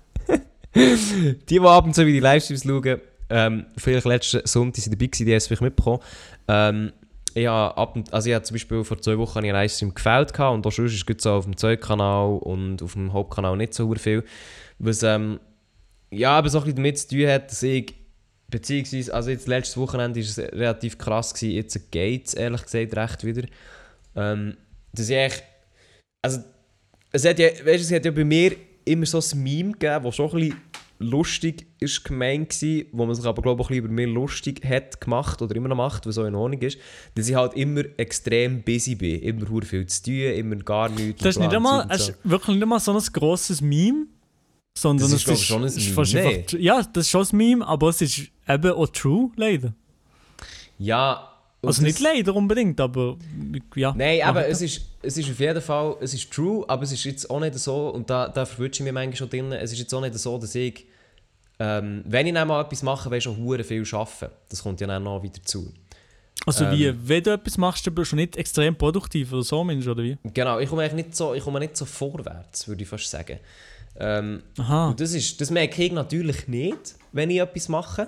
Die ab und zu wie die Livestreams schauen, vielleicht letzten Sonntag dabei gewesen, die haben es vielleicht mitbekommen. Ich habe zum Beispiel vor 2 Wochen einen Livestream gefällt und auch sonst ist es so auf dem Zeugkanal und auf dem Hauptkanal nicht so viel. Was aber so ein bisschen damit zu tun hat, dass ich, beziehungsweise, also jetzt letztes Wochenende war es relativ krass gewesen, jetzt geht es ehrlich gesagt recht wieder. Dass ich echt, also es hat ja bei mir immer so ein Meme gegeben, das schon ein bisschen lustig ist gemeint war, wo man sich aber glaube ich auch ein bisschen über mich lustig hat gemacht oder immer noch macht, was auch in Ordnung ist, dass ich halt immer extrem busy bin, immer sehr viel zu tun, immer gar nichts. Das ist nicht einmal, wirklich nicht einmal so ein grosses Meme, sondern das ist schon ein Meme. Nee. Ja, das ist schon ein Meme, aber es ist eben auch true, leider. Ja. Also nicht leider unbedingt, aber ja. Nein, aber es ist auf jeden Fall, es ist true, aber es ist jetzt auch nicht so, und da verwünsche ich mich manchmal schon drin, es ist jetzt auch nicht so, dass ich, wenn ich dann mal etwas mache, will ich schon verdammt viel arbeiten. Das kommt ja dann noch wieder zu. Also wenn du etwas machst, dann bist du nicht extrem produktiv oder so, Mensch, oder wie? Genau, ich komme nicht so vorwärts, würde ich fast sagen. Aha. Und das merke ich natürlich nicht, wenn ich etwas mache.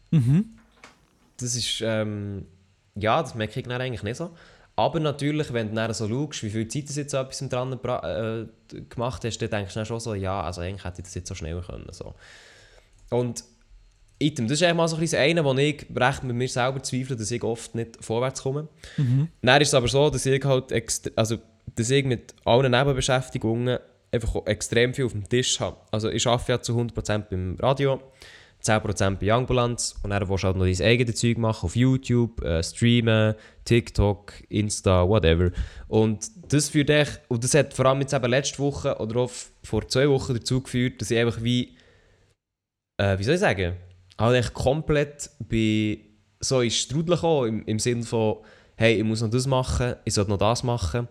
Das ist, das merke ich dann eigentlich nicht so. Aber natürlich, wenn du dann so schaust, wie viel Zeit du jetzt etwas dran gemacht hast, dann denkst du dann schon so, ja, also eigentlich hätte ich das jetzt so schnell können. So. Und das ist eigentlich mal so ein bisschen eine, wo ich recht mit mir selber zweifle, dass ich oft nicht vorwärts komme. Dann ist es aber so, dass ich halt dass ich mit allen Nebenbeschäftigungen einfach extrem viel auf dem Tisch habe. Also ich arbeite ja zu 100% beim Radio, 10% bei Youngbalance und dann willst du halt noch dein eigenes Zeug machen auf YouTube, streamen, TikTok, Insta, whatever. Und das führt echt, und das hat vor allem jetzt eben letzte Woche oder auch vor 2 Wochen dazu geführt, dass ich einfach wie soll ich sagen, halt echt komplett so ins Strudel gekommen, im Sinne von, hey, ich muss noch das machen, ich soll noch das machen,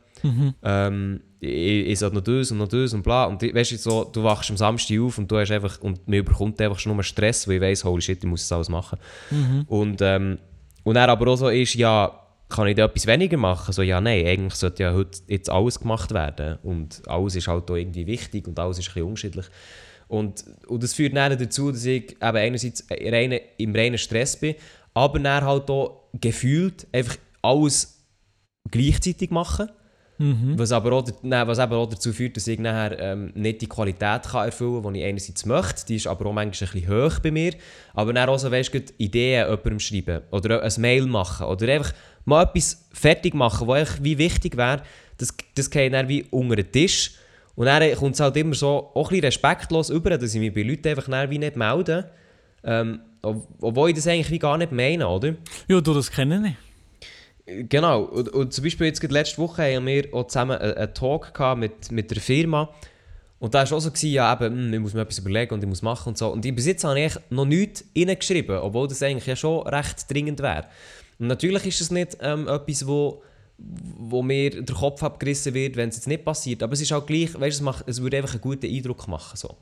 ich soll noch das und bla. Und weißt du, so, du wachst am Samstag auf und du hast einfach, und mir überkommt einfach schon nur Stress, weil ich weiss, holy shit, ich muss das alles machen. Und dann aber auch so ist, ja, kann ich da etwas weniger machen? So, ja, nein, eigentlich sollte ja heute jetzt alles gemacht werden. Und alles ist halt auch irgendwie wichtig und alles ist ein bisschen unterschiedlich. Und das führt dann dazu, dass ich eben einerseits im reinen Stress bin, aber dann halt auch gefühlt einfach alles gleichzeitig mache. Was aber auch dazu führt, dass ich nachher nicht die Qualität kann erfüllen kann, die ich einerseits möchte. Die ist aber auch manchmal ein bisschen hoch bei mir. Aber dann auch so, weißt du, Ideen jemandem schreiben oder ein Mail machen oder einfach mal etwas fertig machen, was wie wichtig wäre, das geht dann wie unter den Tisch. Und dann kommt es halt immer so auch ein bisschen respektlos über, dass ich mich bei Leuten einfach wie nicht melde. Obwohl ich das eigentlich wie gar nicht meine, oder? Ja, du, das kenne ich. Genau. Und zum Beispiel jetzt letzte Woche haben wir auch zusammen einen Talk gehabt mit der Firma. Und da war auch so, ja, eben, ich muss mir etwas überlegen und ich muss machen und so. Und bis jetzt habe ich noch nichts reingeschrieben, obwohl das eigentlich ja schon recht dringend wäre. Und natürlich ist es nicht etwas, wo mir der Kopf abgerissen wird, wenn es jetzt nicht passiert. Aber es ist auch gleich, weißt du, es würde einfach einen guten Eindruck machen. So.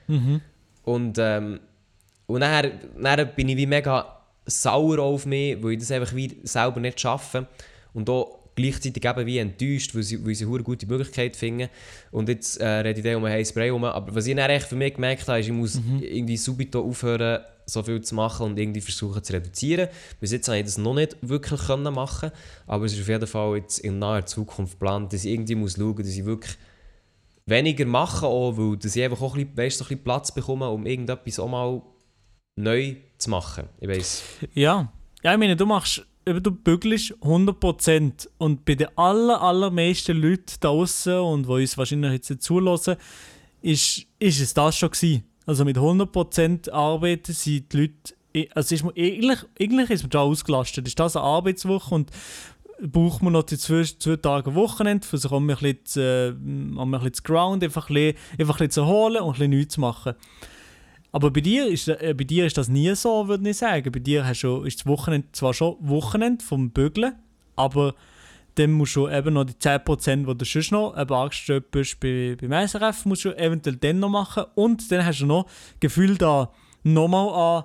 Und dann bin ich wie mega sauer auf mich, weil ich das einfach wie selber nicht schaffe. Und auch gleichzeitig eben wie enttäuscht, weil sie eine gute Möglichkeit finden. Und jetzt rede ich da um ein heißes Spray herum. Aber was ich dann echt für mich gemerkt habe, ist, ich muss irgendwie subito aufhören, so viel zu machen und irgendwie versuchen zu reduzieren. Bis jetzt habe ich das noch nicht wirklich machen können, aber es ist auf jeden Fall jetzt in naher Zukunft geplant, dass ich irgendwie muss schauen, dass ich wirklich weniger mache, auch, weil dass ich einfach auch ein bisschen Platz bekomme, um irgendetwas auch mal neu zu machen. Ich weiss. Ja, ich meine, du bügelst 100% und bei den allermeisten Leuten da draussen und die uns wahrscheinlich jetzt nicht zulassen, ist es das schon gewesen. Also mit 100% arbeiten sind die Leute, also eigentlich ist man da ausgelastet. Ist das eine Arbeitswoche und braucht man noch die 2 Tage Wochenende, für sich auch ein bisschen zu ground, einfach ein bisschen zu erholen und ein bisschen nichts zu machen. Aber bei dir ist das nie so, würde ich sagen. Bei dir ist das Wochenende zwar schon Wochenende vom Bügeln, aber dann musst du eben noch die 10%, die du sonst noch angestellt bist beim SRF, musst du eventuell dann noch machen. Und dann hast du noch Gefühl da nochmal an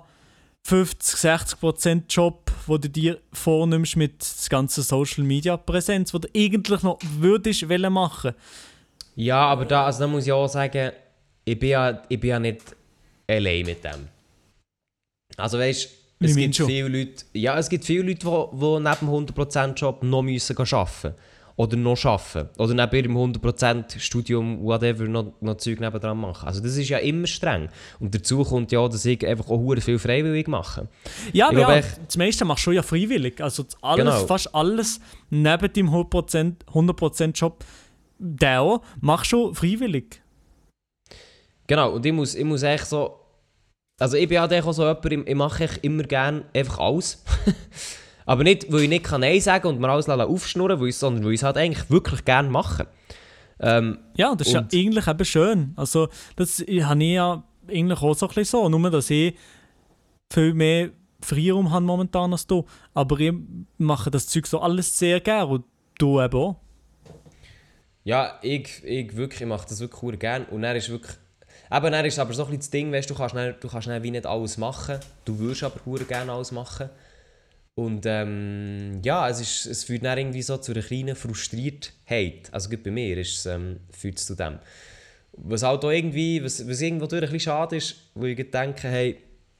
50-60% Job, den du dir vornimmst mit der ganzen Social Media Präsenz, die du eigentlich noch würdest machen. Ja, aber da muss ich auch sagen, ich bin ja nicht allein mit dem. Also weißt, es gibt viele Leute, die neben dem 100%-Job noch müssen arbeiten oder noch arbeiten oder neben ihrem 100% Studium, whatever, noch Zeug nebendran machen. Also das ist ja immer streng. Und dazu kommt ja, dass ich einfach auch verdammt viel freiwillig mache. Ja, aber das meiste machst du ja freiwillig. Also fast alles neben deinem 100% Job, der machst du freiwillig. Genau, und ich muss echt so... Also ich bin halt auch so jemand, ich mache immer gerne einfach alles. Aber nicht, weil ich nicht Nein sagen kann und mir alles aufschnurren lassen, sondern weil ich es halt eigentlich wirklich gerne mache. Ja, das ist ja eigentlich eben schön. Also das habe ich ja eigentlich auch so ein bisschen so. Nur, dass ich viel mehr Freiraum habe momentan als du. Aber ich mache das Zeug so alles sehr gerne und du eben auch. Ja, ich mache das wirklich gerne. Und dann ist wirklich... Eben, dann ist aber so ein bisschen das Ding, weißt, du kannst dann wie nicht alles machen. Du würdest aber verdammt gerne alles machen. Und ja, es führt dann irgendwie so zu einer kleinen Frustriertheit. Also gut bei mir führt es zu dem. Was halt auch irgendwie, was irgendwo durch ein bisschen schade ist, wo ich denke, hey,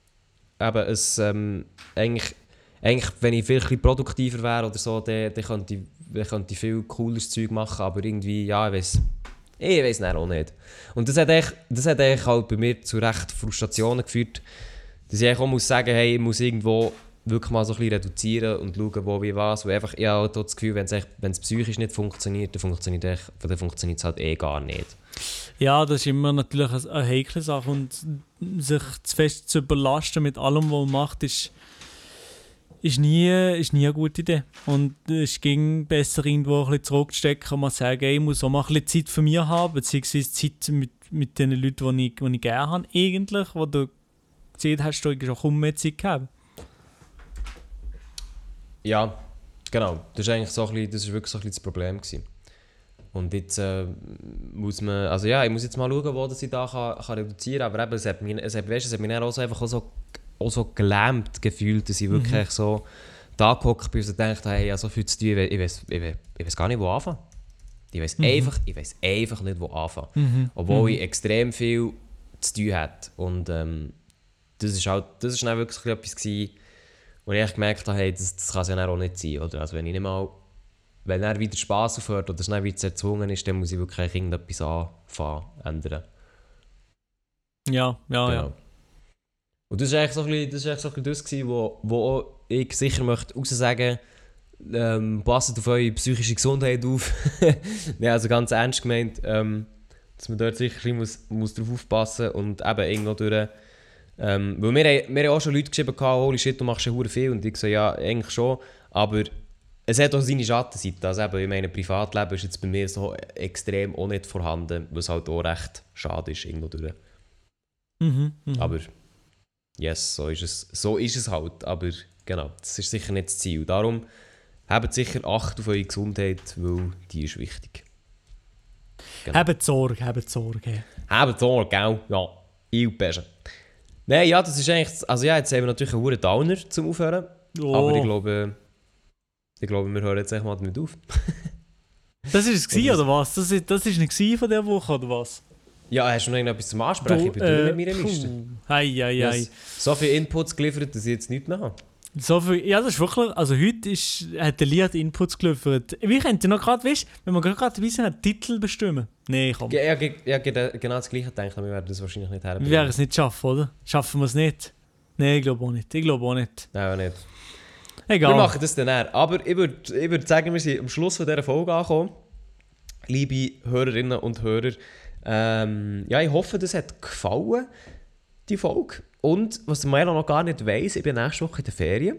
eben, eigentlich, wenn ich viel ein bisschen produktiver wäre oder so, dann könnte ich viel cooles Zeug machen, aber irgendwie, ja, ich weiss dann auch nicht. Und das hat eigentlich halt bei mir zu recht Frustrationen geführt, dass ich auch muss sagen, hey, ich muss irgendwo wirklich mal so ein bisschen reduzieren und schauen, wo wie was. Weil einfach, ich habe halt das Gefühl, wenn es psychisch nicht funktioniert, dann funktioniert es halt gar nicht. Ja, das ist immer natürlich eine heikle Sache und sich zu fest zu überlasten mit allem, was man macht, ist nie eine gute Idee. Und es ging besser, irgendwo ein bisschen zurückzustecken und mal sagen, ich muss auch mal ein bisschen Zeit für mich haben, beziehungsweise Zeit mit den Leuten, die ich gerne habe, eigentlich, wo du gesehen hast, du auch kaum mehr Zeit gehabt. Ja, genau. Das ist wirklich so ein bisschen das Problem gewesen. Und jetzt muss man, also ja, ich muss jetzt mal schauen, wo das ich da kann reduzieren kann. Aber eben, es hat mich dann auch so gelähmt gefühlt, dass ich wirklich so da gehockt bin und gedacht habe, hey, ich habe so viel zu tun, ich weiss gar nicht, wo anfangen. Ich weiss einfach nicht, wo anfangen. Obwohl ich extrem viel zu tun hatte. Und das ist dann wirklich etwas gewesen, wo ich echt gemerkt habe, hey, das kann es ja auch nicht sein. Oder? Also wenn er wieder Spass aufhört oder es dann wieder erzwungen ist, dann muss ich wirklich irgendetwas ändern. Ja. Und das war eigentlich so ein bisschen das gewesen, wo ich sicher möchte raussagen, passt auf eure psychische Gesundheit auf. Nein, also ganz ernst gemeint, dass man dort sicher ein bisschen muss drauf aufpassen und eben irgendwo durch... weil wir haben auch schon Leute geschrieben, holy shit, du machst ja verdammt viel. Und ich so, ja, eigentlich schon, aber es hat auch seine Schattenseite. Also eben, in meinem Privatleben ist jetzt bei mir so extrem auch nicht vorhanden, was halt auch recht schade ist irgendwo durch. Aber yes, so ist es halt. Aber genau, das ist sicher nicht das Ziel. Darum habt sicher Acht auf eure Gesundheit, weil die ist wichtig. Genau. Habt Sorge. Habt Sorge, gell? Ja, ich besser. Nein, ja, das ist eigentlich... Also ja, jetzt haben wir natürlich einen hohen Downer zum Aufhören. Oh. Aber ich glaube, wir hören jetzt echt mal damit auf. Das war es oder was? Das war nicht von dieser Woche, oder was? Ja, hast du noch irgendetwas zum Ansprechen? Ich bin durch mit meiner Liste. Hei. So viele Inputs geliefert, dass ich jetzt nichts mehr habe. So viel, ja, das ist wirklich... Also heute hat der Lied Inputs geliefert. Wir könnten noch gerade, weißt du, wenn wir gerade dabei sind, einen Titel bestimmen. Nein, komm. Ja, genau das Gleiche denke ich, wir werden das wahrscheinlich nicht herbringen. Wir werden es nicht schaffen, oder? Schaffen wir es nicht? Nein, ich glaube auch nicht. Nein, auch nicht. Egal. Wir machen das dann eher. Aber ich würd sagen, wir sind am Schluss von dieser Folge angekommen. Liebe Hörerinnen und Hörer, ja, ich hoffe, das hat gefallen, die Folge. Und was der Milo noch gar nicht weiss, ich bin nächste Woche in der Ferien.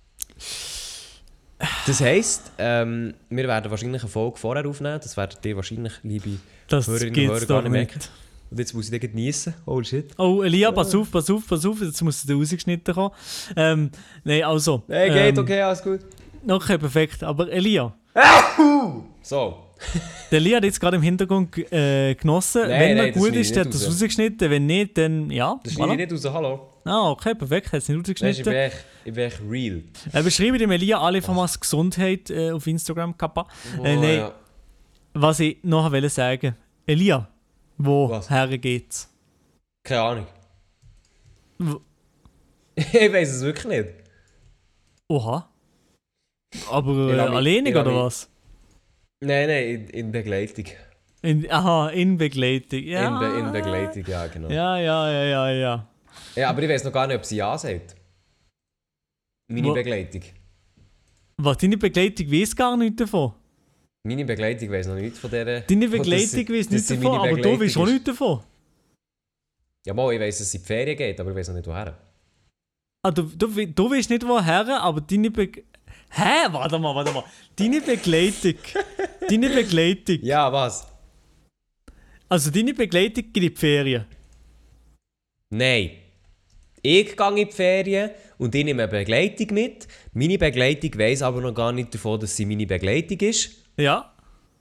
Das heisst, wir werden wahrscheinlich eine Folge vorher aufnehmen. Das werdet ihr wahrscheinlich, liebe Hörerinnen und Hörer, gar nicht merken. Und jetzt muss ich den geniessen. Oh shit. Oh, Elia, pass auf. Jetzt muss der rausgeschnitten kommen. Nein, also. Hey, geht, okay, alles gut. Okay, perfekt. Aber Elia. So. Der Elia hat jetzt gerade im Hintergrund genossen. Wenn er gut ist, hat er das rausgeschnitten. Wenn nicht, dann ja. Das schneide ich nicht raus, hallo. Ah, okay, perfekt. Hat es nicht rausgeschnitten. Ich bin echt real. Beschreibe dem Elia alle von was Gesundheit auf Instagram, Kappa. Ja. Was ich noch sagen wollte. Elia, Was? woher geht's? Keine Ahnung. W- Ich weiß es wirklich nicht. Oha. Aber Ich lass mich- alleinig ich lass oder mich- was? Nein, in Begleitung. In Begleitung. Ja. In Begleitung, ja, genau. Ja. Ja, aber ich weiß noch gar nicht, ob sie ja sagt. Meine Wo- Begleitung. Was, deine Begleitung weiss gar nichts davon? Meine Begleitung weiss noch nichts von dieser... Deine von- Begleitung dass sie- weiss dass nichts sie davon, meine aber du Begleitung weißt auch ist. nichts davon. Ja, mal, ich weiss, dass sie in die Ferien geht, aber ich weiss noch nicht, woher. Ah, du weißt nicht woher, aber deine Hä? Warte mal. Deine Begleitung. Ja, was? Also deine Begleitung geht in die Ferien. Nein. Ich gehe in die Ferien und ich nehme eine Begleitung mit. Meine Begleitung weiss aber noch gar nicht davon, dass sie meine Begleitung ist. Ja.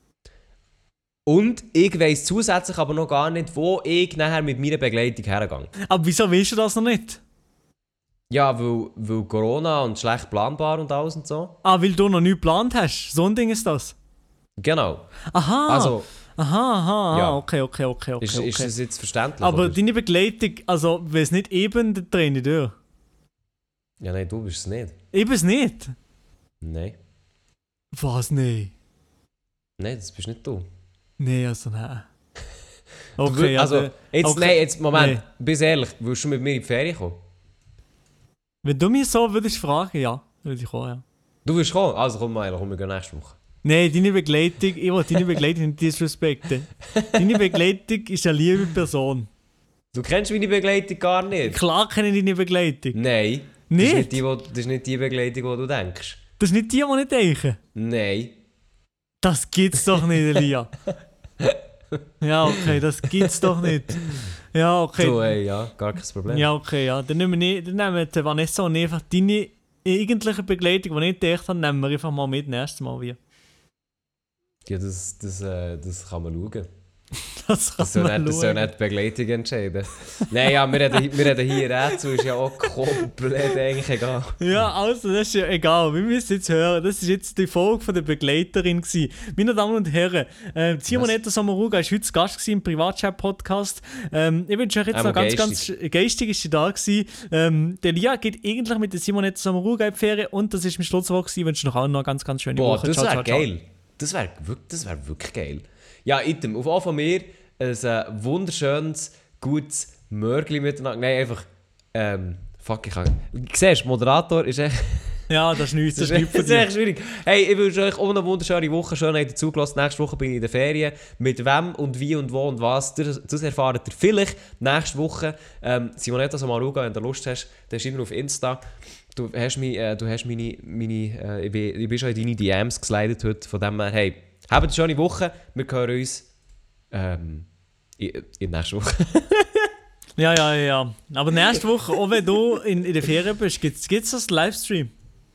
Und ich weiss zusätzlich aber noch gar nicht, wo ich nachher mit meiner Begleitung hergehe. Aber wieso weißt du das noch nicht? Ja, weil Corona und schlecht planbar und alles und so. Ah, weil du noch nichts geplant hast. So ein Ding ist das. Genau. Aha. Also, Aha. Ja. Okay. ist das jetzt verständlich? Aber oder? deine Begleitung, also, wenn es nicht eben der Trainer durch. Ja, nein, du bist es nicht. Eben es nicht. Nein. Was? Nein. Nein, das bist nicht du. Nein, also nein. Du Okay, würd- also, jetzt, okay. nein, jetzt, Moment. Nee. Bist ehrlich, willst du mit mir in die Ferien kommen? Wenn du mich so würdest fragen, ja, würde ich kommen, ja. Du willst kommen? Also komm mal, wir gehen nächste Woche. Nein, deine Begleitung, ich will deine Begleitung nicht disrespekten. Deine Begleitung ist eine liebe Person. Du kennst meine Begleitung gar nicht? Klar kenne ich deine Begleitung. Nein. Nicht? Das ist nicht die Begleitung, die du denkst. Das ist nicht die, die ich denke. Nein. Das gibt's doch nicht, Elia. Ja, okay, das gibt's doch nicht. Ja, okay. So, ey, ja, gar kein Problem. Ja, okay, ja. Dann nehmen wir die Vanessa und einfach deine eigentliche Begleitung, die ich gedacht habe, nehmen wir einfach mal mit, nächstes Mal wieder. Ja, das kann man schauen. Das kann Das soll man nicht, das soll schauen. nicht die Begleitung entscheiden. Nein, ja, wir reden hier Rätsel, ist ja auch komplett eigentlich egal. Ja, also, das ist ja egal. Wir müssen jetzt hören. Das war jetzt die Folge von der Begleiterin gewesen. Meine Damen und Herren, Simonetta Sommaruga war heute Gast gewesen im Privatchat-Podcast. Ich wünsche euch jetzt Einmal noch ganz geistig ist sie da gewesen. Der Lia geht eigentlich mit der Simonetta Sommaruga in die Ferien und das ist mein Schlusswort gewesen. Ich wünsche euch auch noch eine ganz, ganz schöne Boah, Woche. das Ciao, wäre ciao, ciao. geil. Das wäre wirklich geil. Ja, item, auf jeden Fall von mir ein wunderschönes, gutes Mörgli miteinander. Nein, einfach, fuck, ich kann... Siehst du, Moderator ist echt... Ja, das ist nichts, das ist nichts von Das ist echt dir. schwierig. Hey, ich wünsche euch auch eine wunderschöne Woche. Schön, dass ihr zugelassen. Nächste Woche bin ich in den Ferien. Mit wem und wie und wo und was, das erfahrt ihr vielleicht nächste Woche. Simonetta Sommaruga, wenn du Lust hast, dann schreib mir auf Insta. Du hast meine ich bin schon in deine DMs geslidet heute. Von dem her, hey, habt eine schöne Woche. Wir hören uns in der nächsten Woche. Ja. Aber nächste Woche, auch wenn du in der Ferien bist, gibt's das Livestream?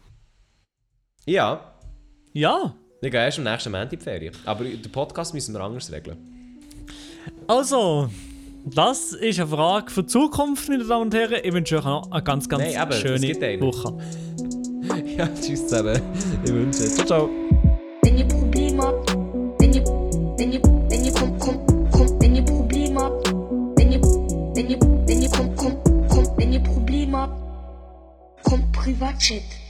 Ja, Ja. ich gehe erst am nächsten Montag in die Ferien. Aber den Podcast müssen wir anders regeln. Also, das ist eine Frage für die Zukunft, meine Damen und Herren. Ich wünsche euch noch eine ganz, ganz Nein, eben, es schöne gibt einen. Woche. Ja, tschüss zusammen. Ich wünsche es. Ciao, ciao. Wenn ihr Probleme habt, wenn ihr wenn ihr Probleme habt, wenn ihr Probleme habt, kommt Privatchat.